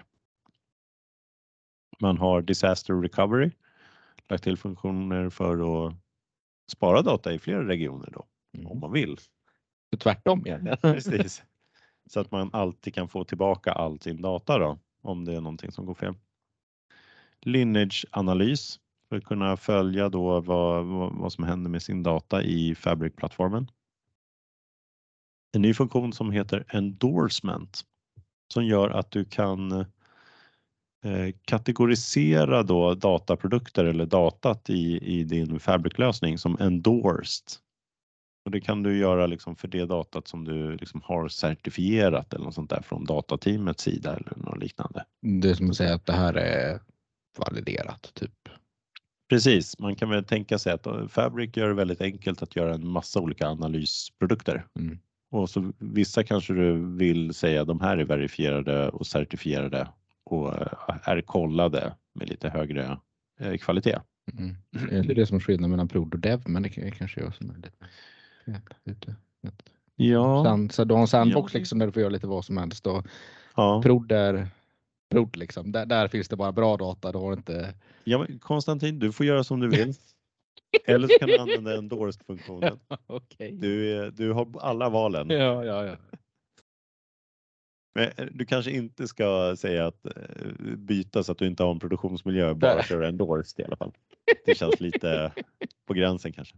Man har disaster recovery, lagt till funktioner för att spara data i flera regioner då, mm. om man vill. Så tvärtom egentligen. Precis. Så att man alltid kan få tillbaka all sin data då, om det är någonting som går fel. Lineage-analys för att kunna följa då vad, vad som händer med sin data i Fabric-plattformen. En ny funktion som heter endorsement som gör att du kan eh, kategorisera då dataprodukter eller datat i, i din Fabric-lösning som endorsed. Och det kan du göra liksom för det datat som du liksom har certifierat eller något sånt där från datateamets sida eller något liknande. Det är som att säga att det här är validerat typ. Precis, man kan väl tänka sig att Fabric gör det väldigt enkelt att göra en massa olika analysprodukter. Mm. Och så vissa kanske du vill säga de här är verifierade och certifierade och är kollade med lite högre kvalitet. Mm. Det är det som är skillnaden mellan prod och dev, men det kanske jag som är lite ute. Ja. Sen, så du har en sandbox ja. liksom där du får göra lite vad som helst. Och ja. prod är prod liksom. Där, där finns det bara bra data. Du har inte... Ja, men Konstantin, du får göra som du vill. Eller så kan du använda endorsed-funktionen. Okay. Du, du har alla valen. Ja, ja, ja. Men du kanske inte ska säga att byta så att du inte har en produktionsmiljö, bara köra endorsed i alla fall. Det känns lite på gränsen kanske.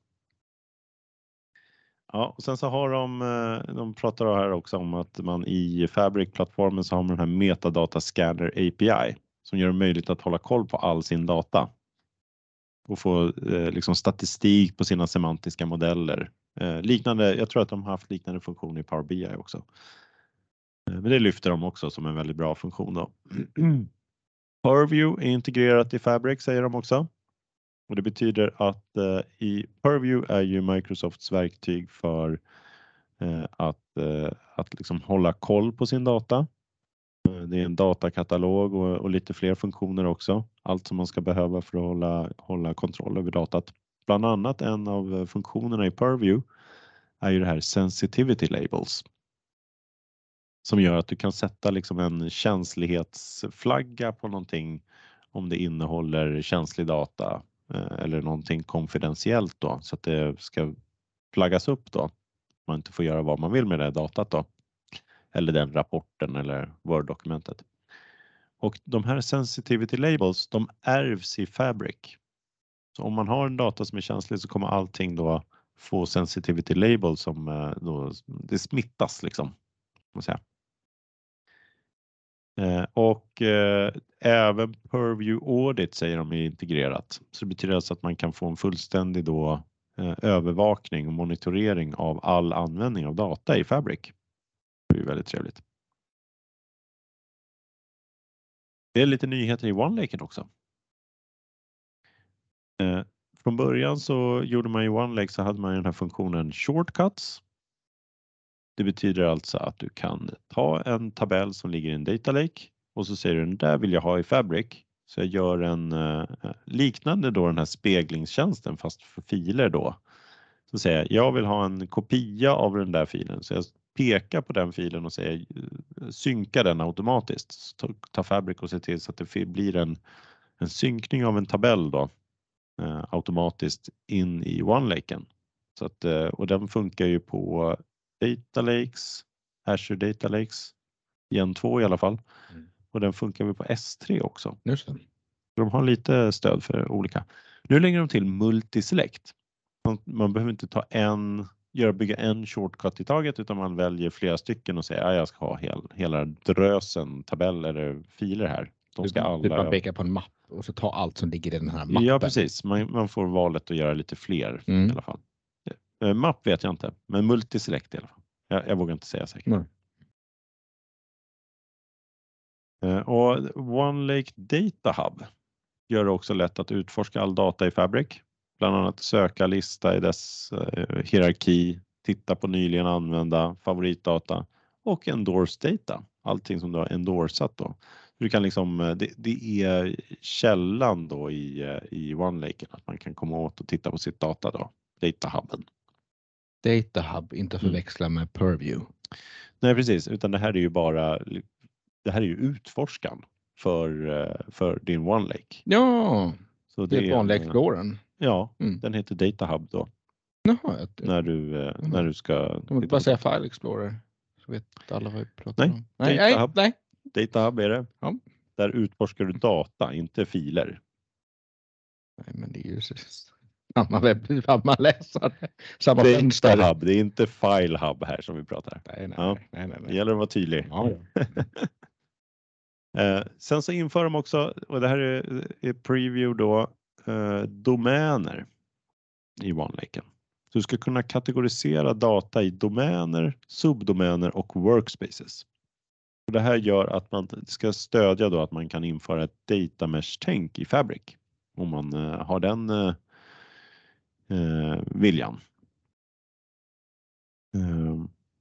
Ja, och sen så har de, de pratar här också om att man i Fabric-plattformen så har man den här Metadata Scanner A P I som gör det möjligt att hålla koll på all sin data och få eh, liksom statistik på sina semantiska modeller. Eh, liknande, jag tror att de har haft liknande funktion i Power B I också. Eh, men det lyfter de också som en väldigt bra funktion då. Purview är integrerat i Fabric säger de också. Och det betyder att eh, i Purview är ju Microsofts verktyg för eh, att, eh, att liksom hålla koll på sin data. Eh, det är en datakatalog och, och lite fler funktioner också. Allt som man ska behöva för att hålla, hålla kontroll över datat. Bland annat en av funktionerna i Purview är ju det här Sensitivity Labels. Som gör att du kan sätta liksom en känslighetsflagga på någonting om det innehåller känslig data eller någonting konfidentiellt då, så att det ska flaggas upp då. Man inte får göra vad man vill med det datat då. Eller den rapporten eller Word-dokumentet. Och de här sensitivity labels, de ärvs i Fabric. Så om man har en data som är känslig så kommer allting då få sensitivity labels som då, det smittas liksom. Man säger. Eh, och eh, även Purview Audit säger de är integrerat. Så det betyder alltså att man kan få en fullständig då, eh, övervakning och monitorering av all användning av data i Fabric. Det är väldigt trevligt. Det är lite nyheter i OneLake också. Eh, från början så gjorde man i OneLake så hade man den här funktionen shortcuts. Det betyder alltså att du kan ta en tabell som ligger i en data lake och så säger du den där vill jag ha i Fabric. Så jag gör en eh, liknande då den här speglingstjänsten fast för filer då. Så säger jag jag vill ha en kopia av den där filen. Så jag pekar på den filen och säger synka den automatiskt. Så ta Fabric och se till så att det blir en, en synkning av en tabell då eh, automatiskt in i OneLaken. Så att, eh, och den funkar ju på Data Lakes, Azure Data Lakes, gen två i alla fall. Mm. Och den funkar väl på S tre också. Just det. De har lite stöd för olika. Nu lägger de till multiselect. Man, man behöver inte ta en, göra bygga en shortcut i taget utan man väljer flera stycken och säger att jag ska ha hel, hela drösen tabeller eller filer här. De ska alla... Man pekar på en mapp och så tar allt som ligger i den här mappen. Ja precis, man, man får valet att göra lite fler mm. i alla fall. Mapp vet jag inte, men multiselect i alla fall. Jag, jag vågar inte säga säkert. Mm. Och OneLake Data Hub gör det också lätt att utforska all data i Fabric. Bland annat söka lista i dess eh, hierarki, titta på nyligen använda favoritdata och endorse data. Allting som du har endorsat då. Du kan liksom, det, det är källan då i, i OneLake att man kan komma åt och titta på sitt data då. Data Hubben. Data Hub, inte förväxla mm. med Purview. Nej precis, utan det här är ju bara, det här är ju utforskan för, för din OneLake. Ja, så det är vanliga Exploren. Ja, mm. den heter Data Hub då. Jaha, jag, när, du, mm. när du ska... Jag måste bara säga File Explorer. Så vet alla vad vi pratar nej, om. Nej, Data Hub. nej. Data Hub är det. Ja. Där utforskar du data, inte filer. Nej, men det är ju samma webb, samma läsare, samma Data fönster. Hub, det är inte File Hub här som vi pratar. Nej, nej, ja. nej, nej, nej. Det gäller att vara tydlig. Ja, ja. eh, sen så inför de också, och det här är, är preview då, eh, domäner i OneLaken. Du ska kunna kategorisera data i domäner, subdomäner och workspaces. Och det här gör att man ska stödja då att man kan införa ett data mesh-tänk i Fabric om man eh, har den eh, eh, viljan. Eh,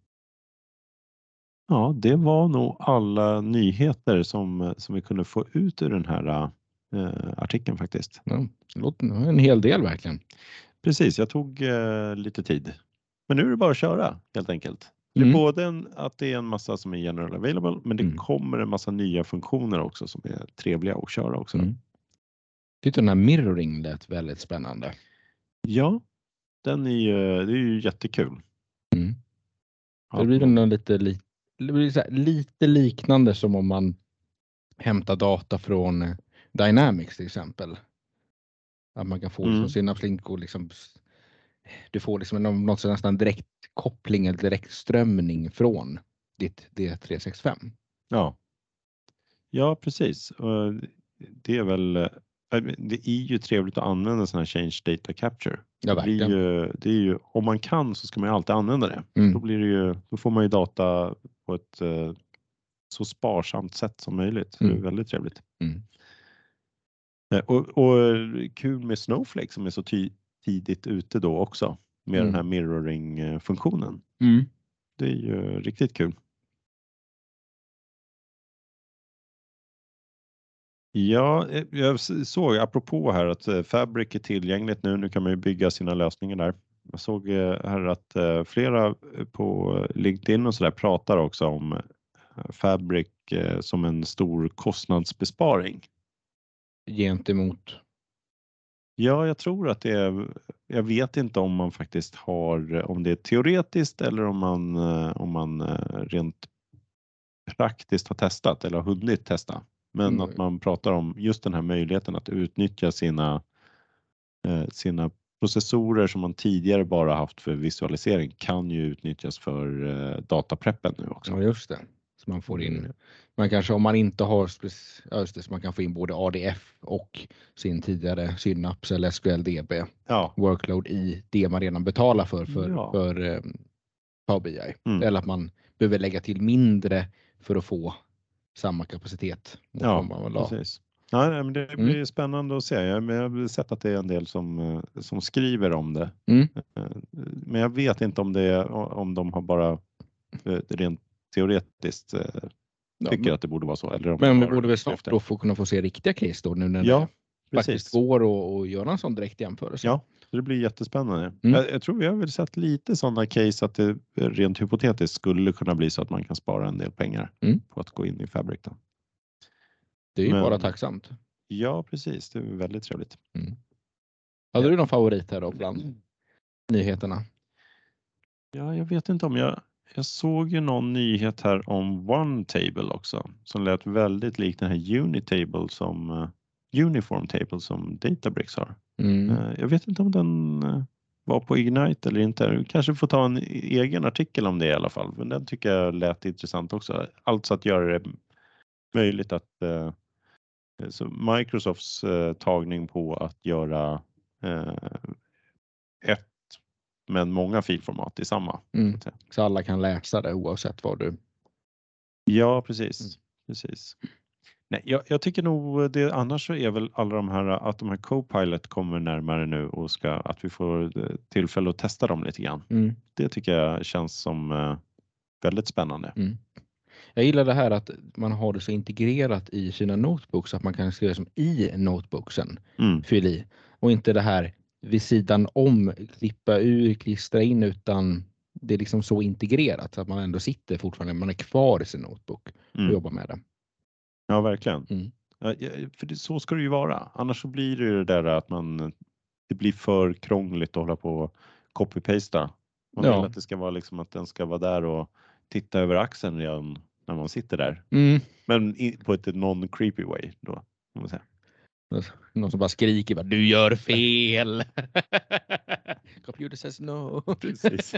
Ja, det var nog alla nyheter som, som vi kunde få ut ur den här äh, artikeln faktiskt. Ja, det låter en hel del verkligen. Precis, jag tog äh, lite tid. Men nu är det bara att köra helt enkelt. Det är Mm. både en, att det är en massa som är general available, men det Mm. kommer en massa nya funktioner också som är trevliga att köra också. Mm. Tyckte den här mirroring lät väldigt spännande. Ja, den är ju, det är ju jättekul. Mm. Ja, Det blir nog lite, lite, det blir så här, lite liknande som om man hämtar data från Dynamics till exempel. Att man kan få Mm. liksom Synapse Link och liksom, du får liksom någon, något nästan direkt koppling eller direkt strömning från ditt D tre sextiofem. Ja. Ja, precis. Och det är väl, det är ju trevligt att använda sån här change data capture. Ja, det blir verkligen. ju, det är ju, om man kan så ska man ju alltid använda det. Mm. Då blir det ju, då får man ju data på ett eh, så sparsamt sätt som möjligt. Så Mm. det är väldigt trevligt. Mm. Eh, Och, och kul med Snowflake som är så ty, tidigt ute då också med Mm. den här mirroring-funktionen. Mm. Det är ju riktigt kul. Ja, jag såg apropå här att Fabric är tillgängligt nu. Nu kan man ju bygga sina lösningar där. Jag såg här att flera på LinkedIn och så där pratar också om Fabric som en stor kostnadsbesparing. Gentemot. Ja, jag tror att det är, jag vet inte om man faktiskt har, om det är teoretiskt eller om man, om man rent praktiskt har testat eller har hunnit testa. Men Mm. att man pratar om just den här möjligheten att utnyttja sina, eh, sina processorer som man tidigare bara haft för visualisering kan ju utnyttjas för eh, datapreppen nu också. Ja, just det. Så man får in, man kanske om man inte har, ja, just det, så man kan få in både A D F och sin tidigare Synapse eller S Q L D B Ja. workload i det man redan betalar för för, Ja. för um, Power B I. Mm. Eller att man behöver lägga till mindre för att få samma kapacitet. Mot Ja, vad man vill ha. precis. Ja, men det blir Mm. spännande att se. Jag, men jag har sett att det är en del som, som skriver om det. Mm. Men jag vet inte om, det är, om de har bara rent teoretiskt tycker ja, men, att det borde vara så. Eller om men de vi borde väl snart efter. då få kunna få se riktiga case då nu när Ja, det precis. faktiskt går att, att göra en sån direkt jämförelse. Ja, det blir jättespännande. Mm. Jag, jag tror vi har väl sett lite sådana case att det rent hypotetiskt skulle kunna bli så att man kan spara en del pengar Mm. på att gå in i Fabric då. Det är ju Men, bara tacksamt. Ja, precis. Det är väldigt trevligt. Mm. Hade du någon favorit här då bland nyheterna? Ja, jag vet inte om jag... Jag såg ju någon nyhet här om OneTable också som lät väldigt lik den här Unitable som uh, Uniform Table som Databricks har. Mm. Uh, jag vet inte om den uh, var på Ignite eller inte. Du kanske får ta en egen artikel om det i alla fall. Men den tycker jag lät intressant också. Alltså att göra det möjligt att uh, så Microsofts uh, tagning på att göra uh, ett men många filformat i samma. Mm. Så alla kan läsa det oavsett vad du... Ja, precis. Mm. precis. Nej, jag, jag tycker nog det, annars så är väl alla de här, att de här Copilot kommer närmare nu och ska, att vi får tillfälle att testa dem lite grann. Mm. Det tycker jag känns som uh, väldigt spännande. Mm. Jag gillar det här att man har det så integrerat i sina notebooks att man kan skriva som i notebooksen. Mm. Fyll i. Och inte det här vid sidan om, klippa ur, klistra in, utan det är liksom så integrerat så att man ändå sitter fortfarande, man är kvar i sin notebook och Mm. jobbar med det. Ja, verkligen. Mm. Ja, för det, så ska det ju vara. Annars så blir det ju det där att man, det blir för krångligt att hålla på och copy-pasta. Man Ja. vill att det ska vara liksom att den ska vara där och titta över axeln redan när man sitter där. Mm. Men i, på ett non-creepy way då, kan man säga. Någon som bara skriker bara, du gör fel. Computer says no. Precis.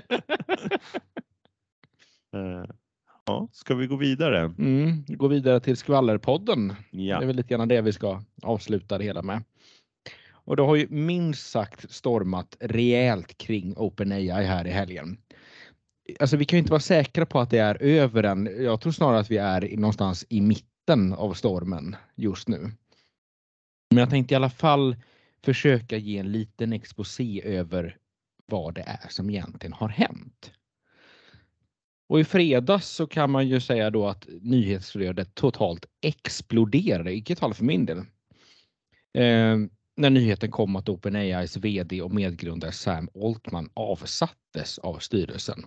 uh, ja, ska vi gå vidare? Mm, gå vidare till skvallerpodden. Ja. Det är väl lite grann det vi ska avsluta det hela med. Och det har ju minst sagt stormat rejält kring OpenAI här i helgen. Alltså vi kan ju inte vara säkra på att det är över än. Jag tror snarare att vi är någonstans i mitten av stormen just nu. Men jag tänkte i alla fall försöka ge en liten exposé över vad det är som egentligen har hänt. Och i fredags så kan man ju säga då att nyhetsflödet totalt exploderade, i vilket fall för min del. Eh, när nyheten kom att OpenAIs vd och medgrundare Sam Altman avsattes av styrelsen.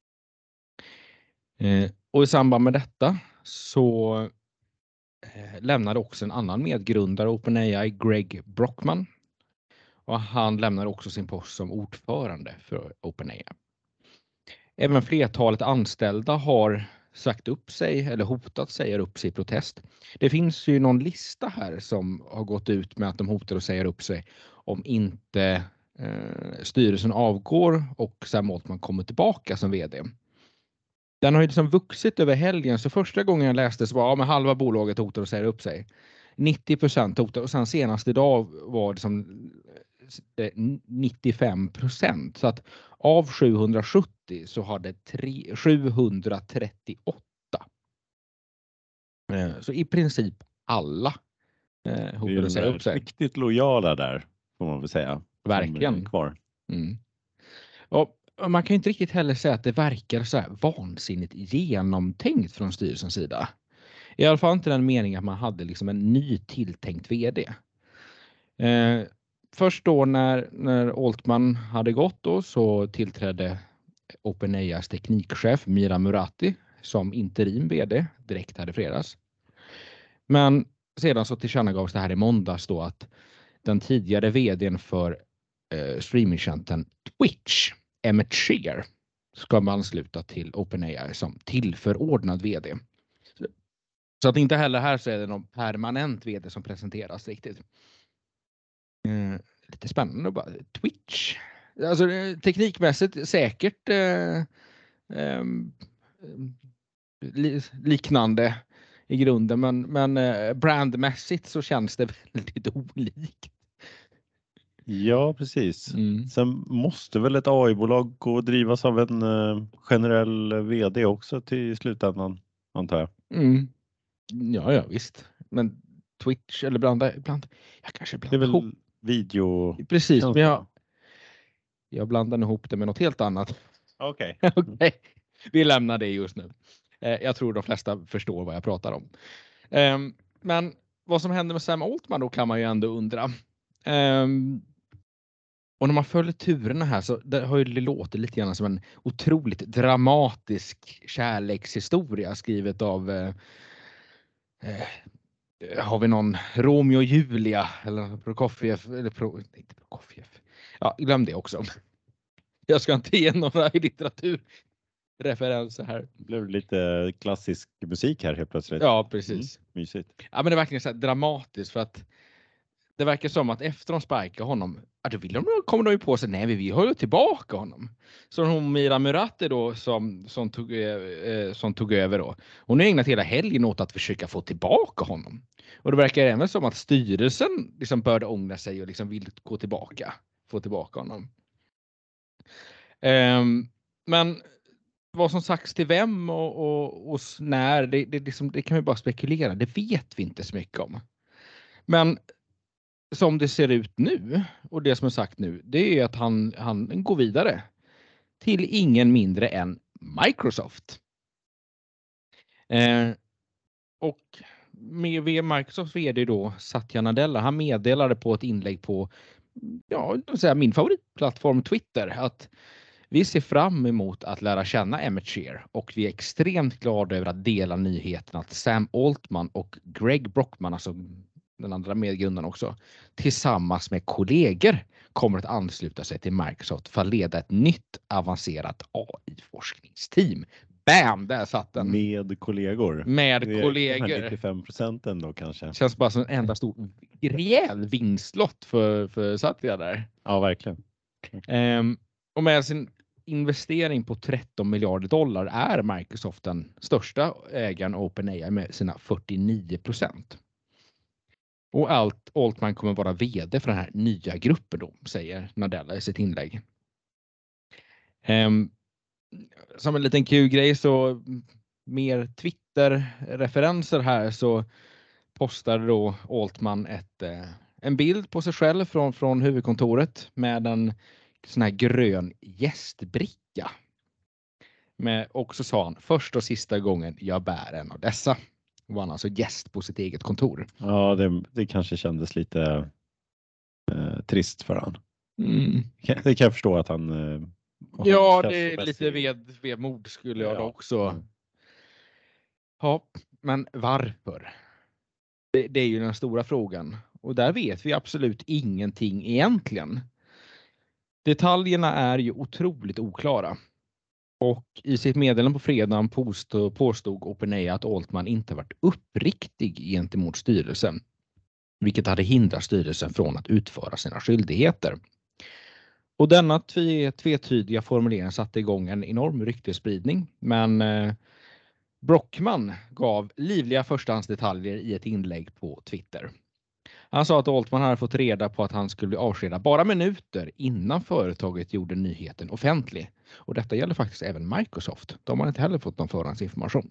Eh, och i samband med detta så eh, lämnade också en annan medgrundare OpenAI, Greg Brockman. Och han lämnade också sin post som ordförande för OpenAI. Även flertalet anställda har sagt upp sig eller hotat säga upp sig i protest. Det finns ju någon lista här som har gått ut med att de hotar att säga upp sig om inte eh, styrelsen avgår och Sam Altman kommer tillbaka som vd. Den har ju liksom vuxit över helgen, så första gången jag läste så var ja, men halva bolaget hotar att säga upp sig. nittio procent hotar, och sen senast idag var det som nittiofem procent. Så att av sjuhundrasjuttio så hade tre, sjuhundratrettioåtta. Så i princip alla eh, hotade att säga upp sig. Riktigt lojala där, får man väl säga. Verkligen. Kvar. Mm. Och man kan ju inte riktigt heller säga att det verkar så här vansinnigt genomtänkt från styrelsens sida. I alla fall inte den meningen att man hade liksom en ny tilltänkt vd. Eh, först då när, när Altman hade gått då så tillträdde OpenAIs teknikchef Mira Murati som interim vd direkt här i fredags. Men sedan så tillkännagavs det här i måndags då att den tidigare vdn för eh, streamingtjänsten Twitch, Emmett Shear, ska man ansluta till OpenAI som tillförordnad vd. Så att inte heller här så är det någon permanent vd som presenteras riktigt. Eh, lite spännande bara. Twitch. Alltså teknikmässigt säkert eh, eh, li, liknande i grunden, men, men eh, brandmässigt så känns det väldigt olikt. Ja, precis. Mm. Sen måste väl ett A I-bolag gå och drivas av en eh, generell vd också till slutändan, antar jag. Mm. Ja, ja, visst. Men Twitch eller blanda, ibland, jag kanske blandar det är väl ihop. Video. Precis, men jag, jag blandar ihop det med något helt annat. Okej. Okay. Okay. Vi lämnar det just nu. Eh, jag tror de flesta förstår vad jag pratar om. Eh, men vad som händer med Sam Altman då kan man ju ändå undra. Eh, och när man följer turerna här så det har ju det låtit lite grann som en otroligt dramatisk kärlekshistoria skrivet av eh, eh, har vi någon Romeo och Julia eller Prokofiev eller Pro, inte Prokofiev. Ja, glöm det också. Jag ska inte ge några litteraturreferenser här. Det blev lite klassisk musik här helt plötsligt. Ja, precis. Mm, mysigt. Ja, men det är verkligen så här dramatiskt för att det verkar som att efter de sparkar honom, ja, då vill de, kommer de ju på sig, nej vi håller tillbaka honom. Så hon Mira Murati då som, som, tog, eh, som tog över då, hon har ägnat hela helgen åt att försöka få tillbaka honom. Och det verkar även som att styrelsen liksom började ångra sig och liksom vill gå tillbaka, få tillbaka honom. Um, men vad som sagts till vem och, och, och när, det, det, liksom, det kan vi bara spekulera. Det vet vi inte så mycket om. Men som det ser ut nu och det som är sagt nu, det är att han, han går vidare till ingen mindre än Microsoft. Eh, och med Microsoft vd då Satya Nadella, han meddelade på ett inlägg på ja, säga min favoritplattform Twitter att vi ser fram emot att lära känna Emmett Shear och vi är extremt glada över att dela nyheten att Sam Altman och Greg Brockman, alltså den andra medgrundaren också, tillsammans med kollegor kommer att ansluta sig till Microsoft för att leda ett nytt avancerat A I-forskningsteam. Bam, där satt den. Med kollegor. Med det är kollegor. nittiofem procent ändå kanske. Känns bara som en enda stor rejäl vinstlott för, för Satya där. Ja, verkligen. Um, och med sin investering på tretton miljarder dollar är Microsoft den största ägaren OpenAI med sina fyrtionio procent. Och allt Altman kommer vara vd för den här nya gruppen då, säger Nadella i sitt inlägg. Um, som en liten kul grej så mer Twitter-referenser här så postade då Altman ett, eh, en bild på sig själv från, från huvudkontoret med en sån här grön gästbricka. Med, och så sa han, första och sista gången jag bär en av dessa. Var han alltså gäst på sitt eget kontor. Ja, det, det kanske kändes lite eh, trist för han. Mm. Det kan jag förstå att han... Eh, Ja, det är lite ved, vedmod skulle jag ja. då också. Mm. Ja, men varför? Det, det är ju den stora frågan. Och där vet vi absolut ingenting egentligen. Detaljerna är ju otroligt oklara. Och i sitt meddelande på fredagen påstod, påstod OpenAI att Altman inte varit uppriktig gentemot styrelsen. Vilket hade hindrat styrelsen från att utföra sina skyldigheter. Och denna tve, tvetydiga formulering satte igång en enorm ryktesspridning. Men eh, Brockman gav livliga förstahandsdetaljer i ett inlägg på Twitter. Han sa att Altman hade fått reda på att han skulle bli avskedad bara minuter innan företaget gjorde nyheten offentlig. Och detta gäller faktiskt även Microsoft. De har inte heller fått någon förhandsinformation.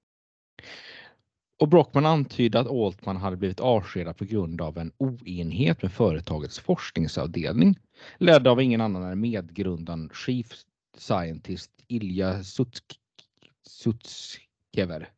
Och Brockman antydde att Altman hade blivit avskedad på grund av en oenighet med företagets forskningsavdelning. Ledd av ingen annan än medgrundaren Chief Scientist Ilja Sutskever.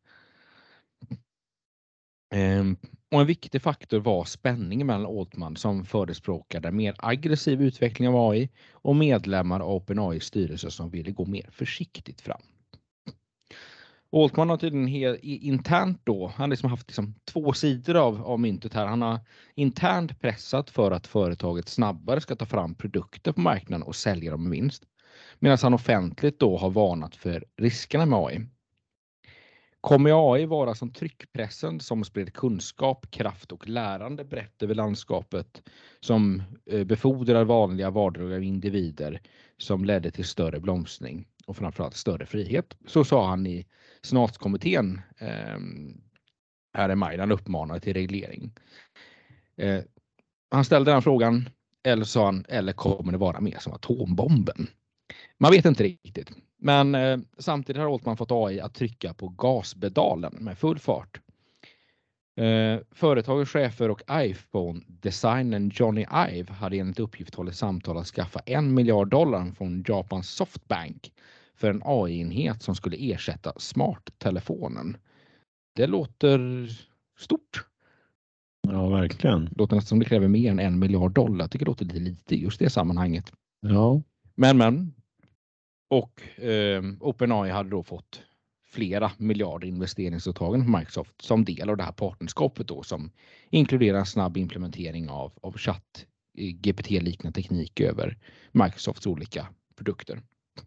Um, och en viktig faktor var spänningen mellan Altman som förespråkade mer aggressiv utveckling av A I och medlemmar av OpenAIs styrelse som ville gå mer försiktigt fram. Altman har tydligen helt, internt då, han har liksom haft liksom två sidor av, av myntet här. Han har internt pressat för att företaget snabbare ska ta fram produkter på marknaden och sälja dem med vinst. Medan han offentligt då har varnat för riskerna med A I. Kommer A I vara som tryckpressen som spred kunskap, kraft och lärande brett över landskapet som befordrar vanliga vardagliga individer som ledde till större blomstring och framförallt större frihet? Så sa han i senatskommittén eh, här i maj. Han uppmanade till reglering. Eh, han ställde den frågan, eller sa han, eller kommer det vara mer som atombomben? Man vet inte riktigt. Men eh, samtidigt har Altman fått A I att trycka på gaspedalen med full fart. Eh, företagets chefer och iPhone-designern Johnny Ive hade enligt uppgift hållit samtal att skaffa en miljard dollar från Japans Softbank för en A I-enhet som skulle ersätta smarttelefonen. Det låter stort. Ja, verkligen. Det låter nästan som det kräver mer än en miljard dollar. Jag tycker det låter lite lite i just det sammanhanget. Ja. Men, men. Och eh, OpenAI hade då fått flera miljarder investeringsåtaganden från Microsoft som del av det här partnerskapet då som inkluderar en snabb implementering av, av chatt G P T-liknande teknik över Microsofts olika produkter.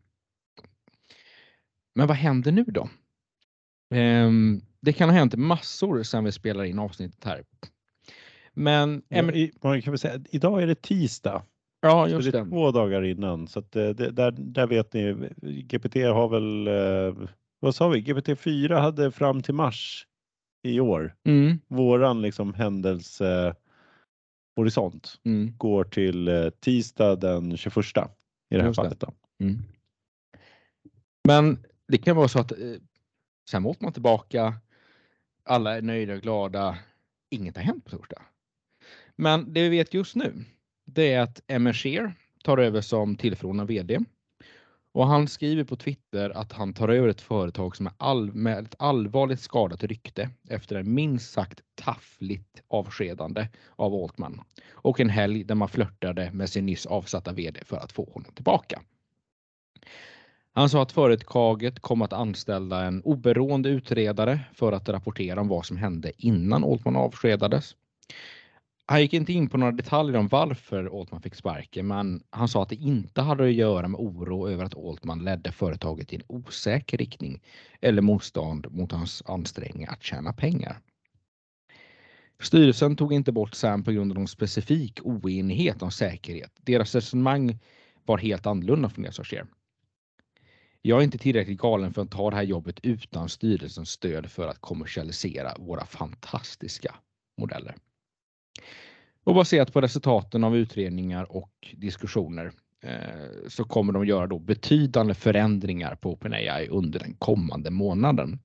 Men vad händer nu då? Eh, det kan ha hänt massor sedan vi spelar in avsnittet här. Men Ja, i, man kan väl säga, idag är det tisdag. Ja, just så det är det. två dagar innan. Så att det, där, där vet ni, G P T har väl, eh, vad sa vi? G P T fyra hade fram till mars i år. Mm. Våran liksom händelsehorisont Mm. går till eh, tisdag den tjugoförsta i det här Just fallet. Då. Mm. Men det kan vara så att eh, sen åker man tillbaka, alla är nöjda och glada, inget har hänt på torsdag. Men det vi vet just nu, det är att Emmet Shear tar över som tillförordnad vd. Och han skriver på Twitter att han tar över ett företag som är all, med ett allvarligt skadat rykte efter en minst sagt taffligt avskedande av Altman. Och en helg där man flörtade med sin nyss avsatta vd för att få honom tillbaka. Han sa att företaget kommer att anställa en oberoende utredare för att rapportera om vad som hände innan Altman avskedades. Han gick inte in på några detaljer om varför Altman fick sparken, men han sa att det inte hade att göra med oro över att Altman ledde företaget i en osäker riktning eller motstånd mot hans ansträngningar att tjäna pengar. Styrelsen tog inte bort Sam på grund av någon specifik oenighet om säkerhet. Deras resonemang var helt annorlunda från det som sker. Jag är inte tillräckligt galen för att ta det här jobbet utan styrelsens stöd för att kommersialisera våra fantastiska modeller. Och baserat på resultaten av utredningar och diskussioner eh, så kommer de göra då betydande förändringar på OpenAI under den kommande månaden.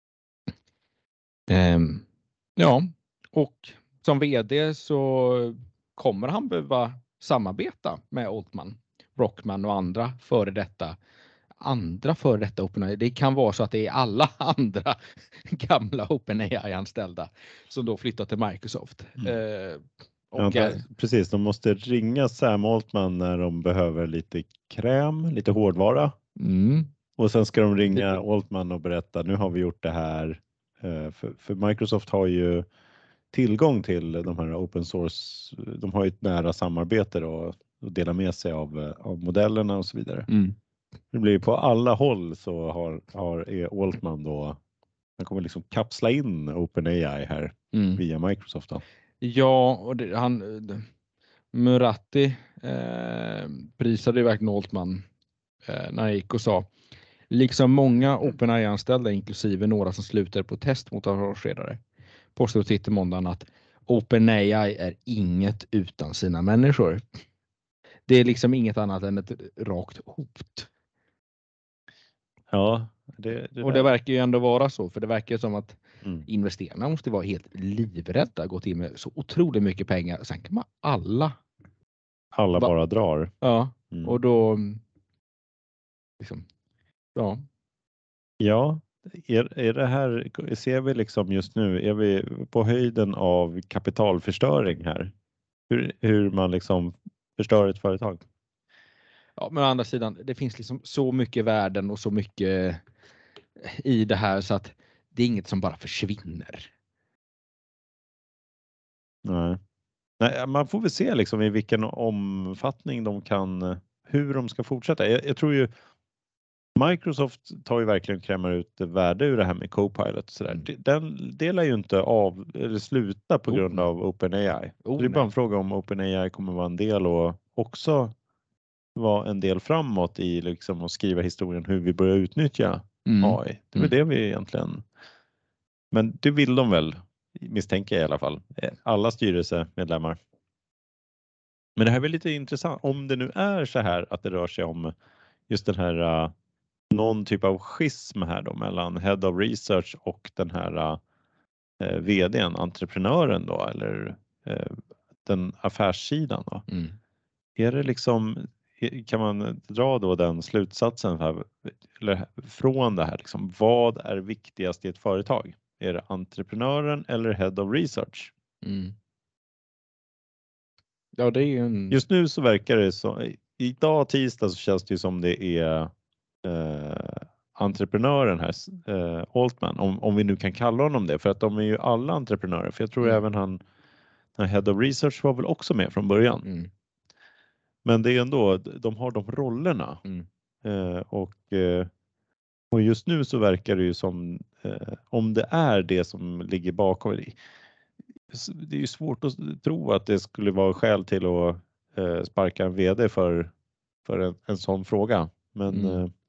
Eh, ja, och som vd så kommer han behöva samarbeta med Altman, Brockman och andra före detta andra för detta OpenAI. Det kan vara så att det är alla andra gamla OpenAI-anställda som då flyttar till Microsoft. Mm. Eh, och Ja, är, precis, de måste ringa Sam Altman när de behöver lite kräm, lite hårdvara. mm, Och sen ska de ringa Altman och berätta, nu har vi gjort det här. Eh, För, för Microsoft har ju tillgång till de här open source, de har ju ett nära samarbete då och delar med sig av, eh, av modellerna och så vidare. mm. Det blir på alla håll så har, har är Altman då, han kommer liksom kapsla in OpenAI här Mm. via Microsoft då. Ja, och det, han Muratti eh, prisade ju verkligen Altman eh, när han gick och sa, liksom många OpenAI-anställda, inklusive några som slutade på test mot avskedare, påstod Twitter måndagen att OpenAI är inget utan sina människor. Det är liksom inget annat än ett rakt hot. Ja, det, det Och det där. verkar ju ändå vara så, för det verkar som att Mm. investerarna måste vara helt livrädda, gått in med så otroligt mycket pengar. Sen kan man alla. Alla Va? bara drar. Ja, Mm. och då liksom, ja. Ja, är, är det här, ser vi liksom just nu, är vi på höjden av kapitalförstöring här? Hur, hur man liksom förstör ett företag? Ja, men å andra sidan, det finns liksom så mycket värden och så mycket i det här så att det är inget som bara försvinner. Nej. Nej, man får väl se liksom i vilken omfattning de kan, hur de ska fortsätta. Jag, jag tror ju Microsoft tar ju verkligen krämar ut värde ur det här med Copilot och sådär. Mm. Den delar ju inte av eller sluta på Oh, grund nej. av OpenAI. Oh, Så det är bara en nej. fråga om OpenAI kommer vara en del och också vara en del framåt i liksom att skriva historien hur vi börjar utnyttja Mm. A I. Det är väl Mm. det vi egentligen. Men det vill de väl, misstänker jag i alla fall. Alla styrelsemedlemmar. Men det här är väl lite intressant. Om det nu är så här att det rör sig om just den här uh, någon typ av schism här då mellan Head of Research och den här uh, vdn, entreprenören då, eller uh, den affärssidan då. Mm. Är det liksom, kan man dra då den slutsatsen här, eller från det här, liksom, vad är viktigast i ett företag? Är det entreprenören eller Head of Research? Mm. Ja, det är ju en... Just nu så verkar det så, idag tisdag så känns det ju som det är eh, entreprenören här, eh, Altman, om, om vi nu kan kalla honom det, för att de är ju alla entreprenörer, för jag tror Mm. även han, Head of Research var väl också med från början. Mm. Men det är ändå, de har de rollerna. Mm. Eh, och, eh, och just nu så verkar det ju som, eh, om det är det som ligger bakom, det, det är ju svårt att tro att det skulle vara skäl till att eh, sparka en vd för, för en, en sån fråga. Men Mm. eh,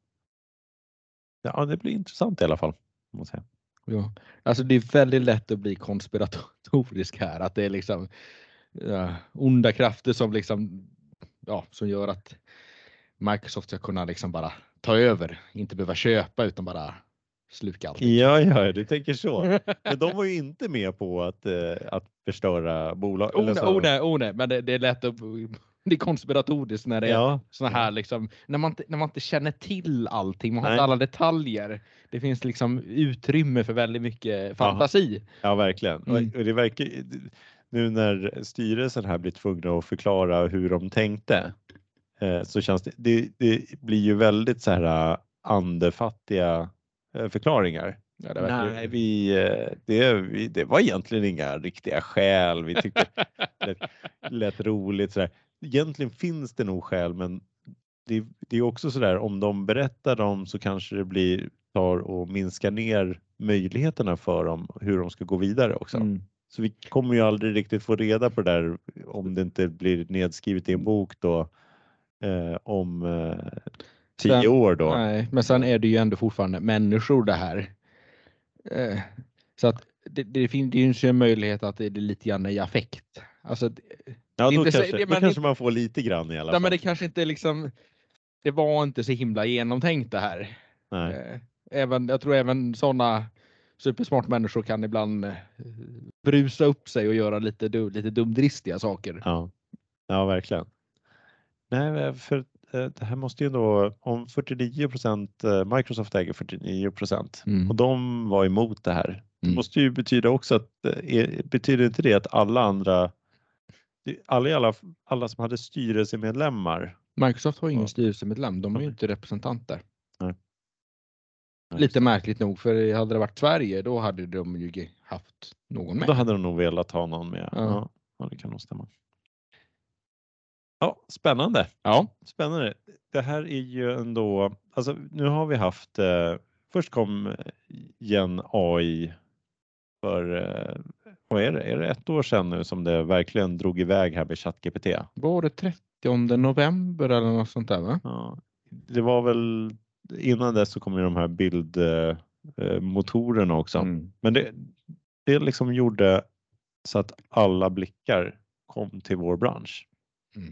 ja, det blir intressant i alla fall. Måste jag säga. Ja. Alltså det är väldigt lätt att bli konspiratorisk här. Att det är liksom ja, onda krafter som liksom ja, som gör att Microsoft ska kunna liksom bara ta över, inte behöva köpa utan bara sluka allt. Ja, ja, du tänker så. Men de var ju inte med på att, eh, att förstöra bolag. Oh, eller nej, så. oh, nej, oh, nej, men det, det är lätt att det är konspiratoriskt när det Ja, är såna här liksom, när man, inte, när man inte känner till allting, man har Nej. inte alla detaljer. Det finns liksom utrymme för väldigt mycket fantasi. Ja, verkligen. Mm. Och det verkar nu när styrelsen här blir tvungna att förklara hur de tänkte, eh, så känns det, det, det blir ju väldigt så här andefattiga eh, förklaringar. Ja, det verkar- Nej, vi, eh, det, vi, det var egentligen inga riktiga skäl. Vi tyckte det lät, lät roligt. Så där. Egentligen finns det nog skäl, men det, det är också så där, om de berättar dem så kanske det blir tar och minskar ner möjligheterna för dem hur de ska gå vidare också. Mm. Så vi kommer ju aldrig riktigt få reda på det där om det inte blir nedskrivet i en bok då eh, om eh, tio Sen- år då. Nej, men sen är det ju ändå fortfarande människor det här. Eh, så att det, det finns det finns ju en möjlighet att det är lite grann i affekt. Alltså, det, Ja, det är då inte så- kanske, det- då men kanske inte- man får lite grann i alla nej, fall. men det kanske inte liksom, det var inte så himla genomtänkt det här. Nej. Eh, Även, jag tror även sådana supersmart människor kan ibland eh, brusa upp sig och göra lite, du- lite dumdristiga saker. Ja. Ja, verkligen. Nej, för eh, det här måste ju då, om fyrtionio procent, eh, Microsoft äger fyrtionio procent Mm. och de var emot det här. Det Mm. måste ju betyda också att, eh, betyder inte det att alla andra, alla, alla, alla som hade styrelsemedlemmar. Microsoft har ingen Ja. styrelsemedlem, de är ju Nej. inte representanter. Nej. Nej, Lite märkligt nog, för hade det varit Sverige då hade de ju haft någon med. Då hade de nog velat ha någon med. Ja. Ja, ja det kan nog stämma. Ja, spännande. Ja. Spännande. Det här är ju ändå, alltså nu har vi haft, eh, först kom Gen A I för, eh, vad är det? Är det ett år sedan nu som det verkligen drog iväg här med ChatGPT? Var det trettionde november eller något sånt där, va? Ja, det var väl, innan dess så kom ju de här bildmotorerna eh, också. Mm. Men det, det liksom gjorde så att alla blickar kom till vår bransch. Mm.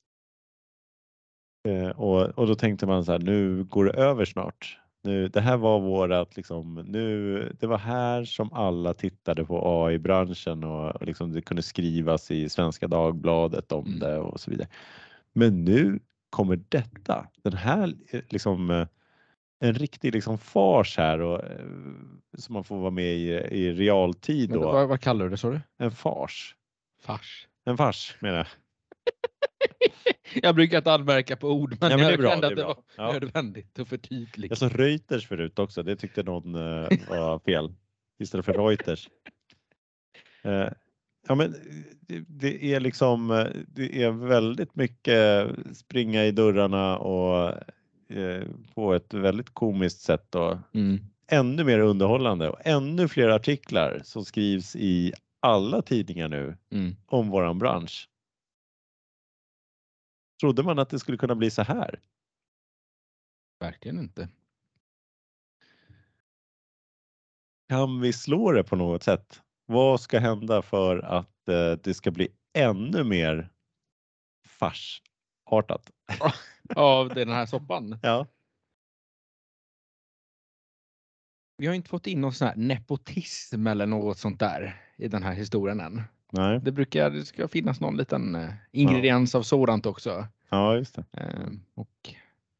Eh, och, och då tänkte man så här, nu går det över snart. Nu, det här var vårat, liksom, nu, det var här som alla tittade på A I-branschen och, och liksom det kunde skrivas i Svenska Dagbladet om Mm. det och så vidare. Men nu kommer detta, den här eh, liksom eh, en riktig liksom fars här och eh, som man får vara med i, i realtid Men då. vad, vad kallar du det, sa du? En fars. Fars. En fars menar jag. Jag brukar inte anmärka på ord, men, Ja, men det är jag bra, kände det är att det bra. var Ja. nödvändigt att förtydliga. Jag sa Reuters förut också, det tyckte någon eh, var fel. Istället för Reuters. Eh, ja men det, det är liksom, eh, det är väldigt mycket springa i dörrarna och eh, på ett väldigt komiskt sätt då. Mm. Ännu mer underhållande och ännu fler artiklar som skrivs i alla tidningar nu Mm. om våran bransch. Trodde man att det skulle kunna bli så här? Verkligen inte. Kan vi slå det på något sätt? Vad ska hända för att eh, det ska bli ännu mer farsartat? Av den här soppan. Ja. Vi har inte fått in någon sån här nepotism eller något sånt där i den här historien än. Nej. Det brukar, det ska finnas någon liten eh, ingrediens av sådant också. Ja, just det. Eh, och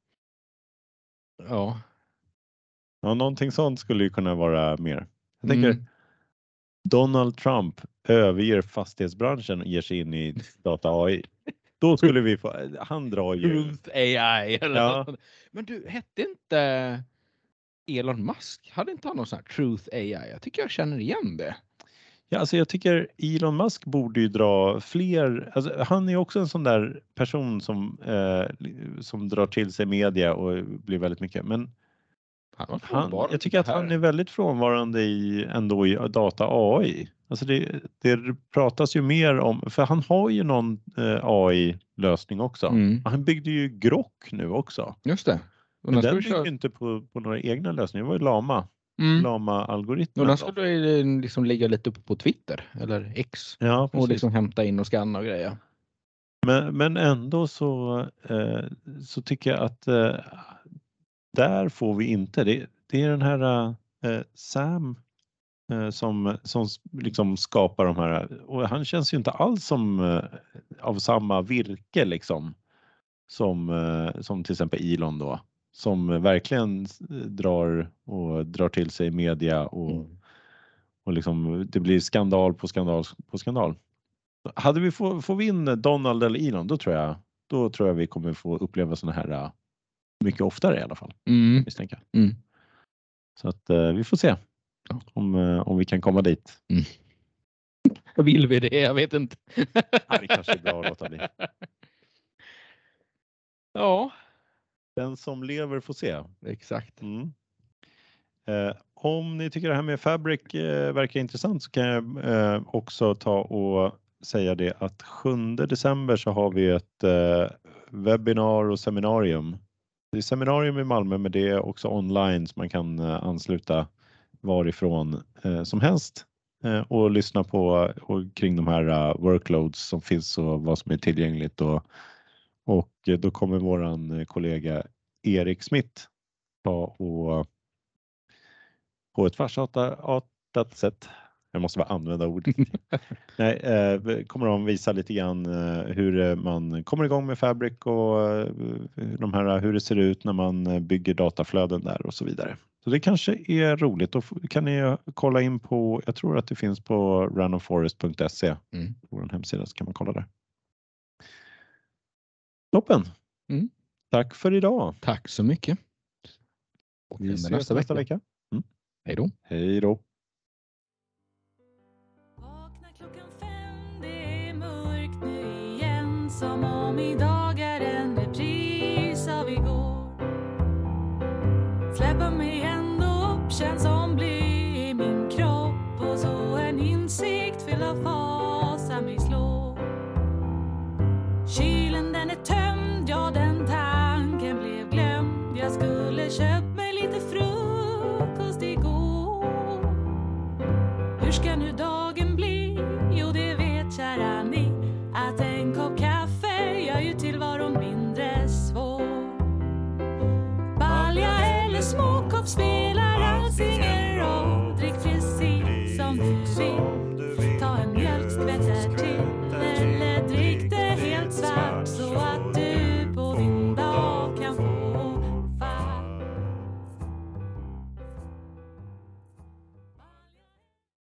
ja. Ja, någonting sånt skulle ju kunna vara mer. Jag tänker Mm. Donald Trump överger fastighetsbranschen och ger sig in i data A I. Då skulle vi få, han drar ju. Truth A I. Eller Ja. något sånt. Men du, hette inte Elon Musk? Hade inte han någon sån här Truth A I? Jag tycker jag känner igen det. Ja, alltså jag tycker Elon Musk borde ju dra fler, alltså han är ju också en sån där person som, eh, som drar till sig media och blir väldigt mycket, men Han var han, frånvarande jag tycker att här. han är väldigt frånvarande i, ändå i data A I. Alltså det, det pratas ju mer om, för han har ju någon eh, A I-lösning också. Mm. Han byggde ju Grok nu också. Just det. Och Men den den ska byggde köra... ju inte på, på några egna lösningar, det var ju Lama. Mm. Lama-algoritmen. Och den då. skulle ju liksom ligga lite uppe på Twitter eller X. Ja, precis. Och liksom hämta in och scanna och grejer. Men, men ändå så, eh, så tycker jag att eh, där får vi inte. Det, det är den här eh, Sam eh, som, som liksom skapar de här. Och han känns ju inte alls som eh, av samma virke liksom. Som, eh, som till exempel Elon då. Som verkligen drar och drar till sig media och, Mm. och liksom, det blir skandal på skandal på skandal. Hade vi få, får vi in Donald eller Elon, då tror jag, då tror jag vi kommer få uppleva såna här uh, mycket oftare i alla fall. Mm. Misstänka. Mm. Så att uh, vi får se om, uh, om vi kan komma dit. Mm. Vill vi det? Jag vet inte. Ja, det kanske är bra att låta bli. Ja, Den som lever får se. exakt. Mm. Uh, om ni tycker det här med Fabric uh, verkar intressant så kan jag uh, också ta och säga det att sjunde december så har vi ett uh, webbinar och seminarium. Det är seminarium i Malmö, men det är också online så man kan uh, ansluta varifrån uh, som helst uh, och lyssna på och kring de här uh, workloads som finns och vad som är tillgängligt. Och, och uh, då kommer våran uh, kollega Erik Smith ta och på ett farsartat sätt Jag måste bara använda ordet. Nej, eh, kommer de visa lite grann eh, hur man kommer igång med Fabric och eh, de här, hur det ser ut när man bygger dataflöden där och så vidare. Så det kanske är roligt. Då kan ni kolla in på, jag tror att det finns på random forest punkt se. Mm. På vår hemsida så kan man kolla där. Toppen. Mm. Tack för idag. Tack så mycket. Och Vi ses nästa, nästa vecka. vecka. Mm. Hej då. Hej då. Vakna klockan fem, det är mörkt nu igen. Som om idag är en repris av igår. Släppa mig ändå upp, känns som bly i min kropp. Och så en insikt fylld av fasa mig slår. Kylen den är tömd, ja den tanken blev glömd. Jag skulle köpt mig lite frukost igår. Hur ska nu dagen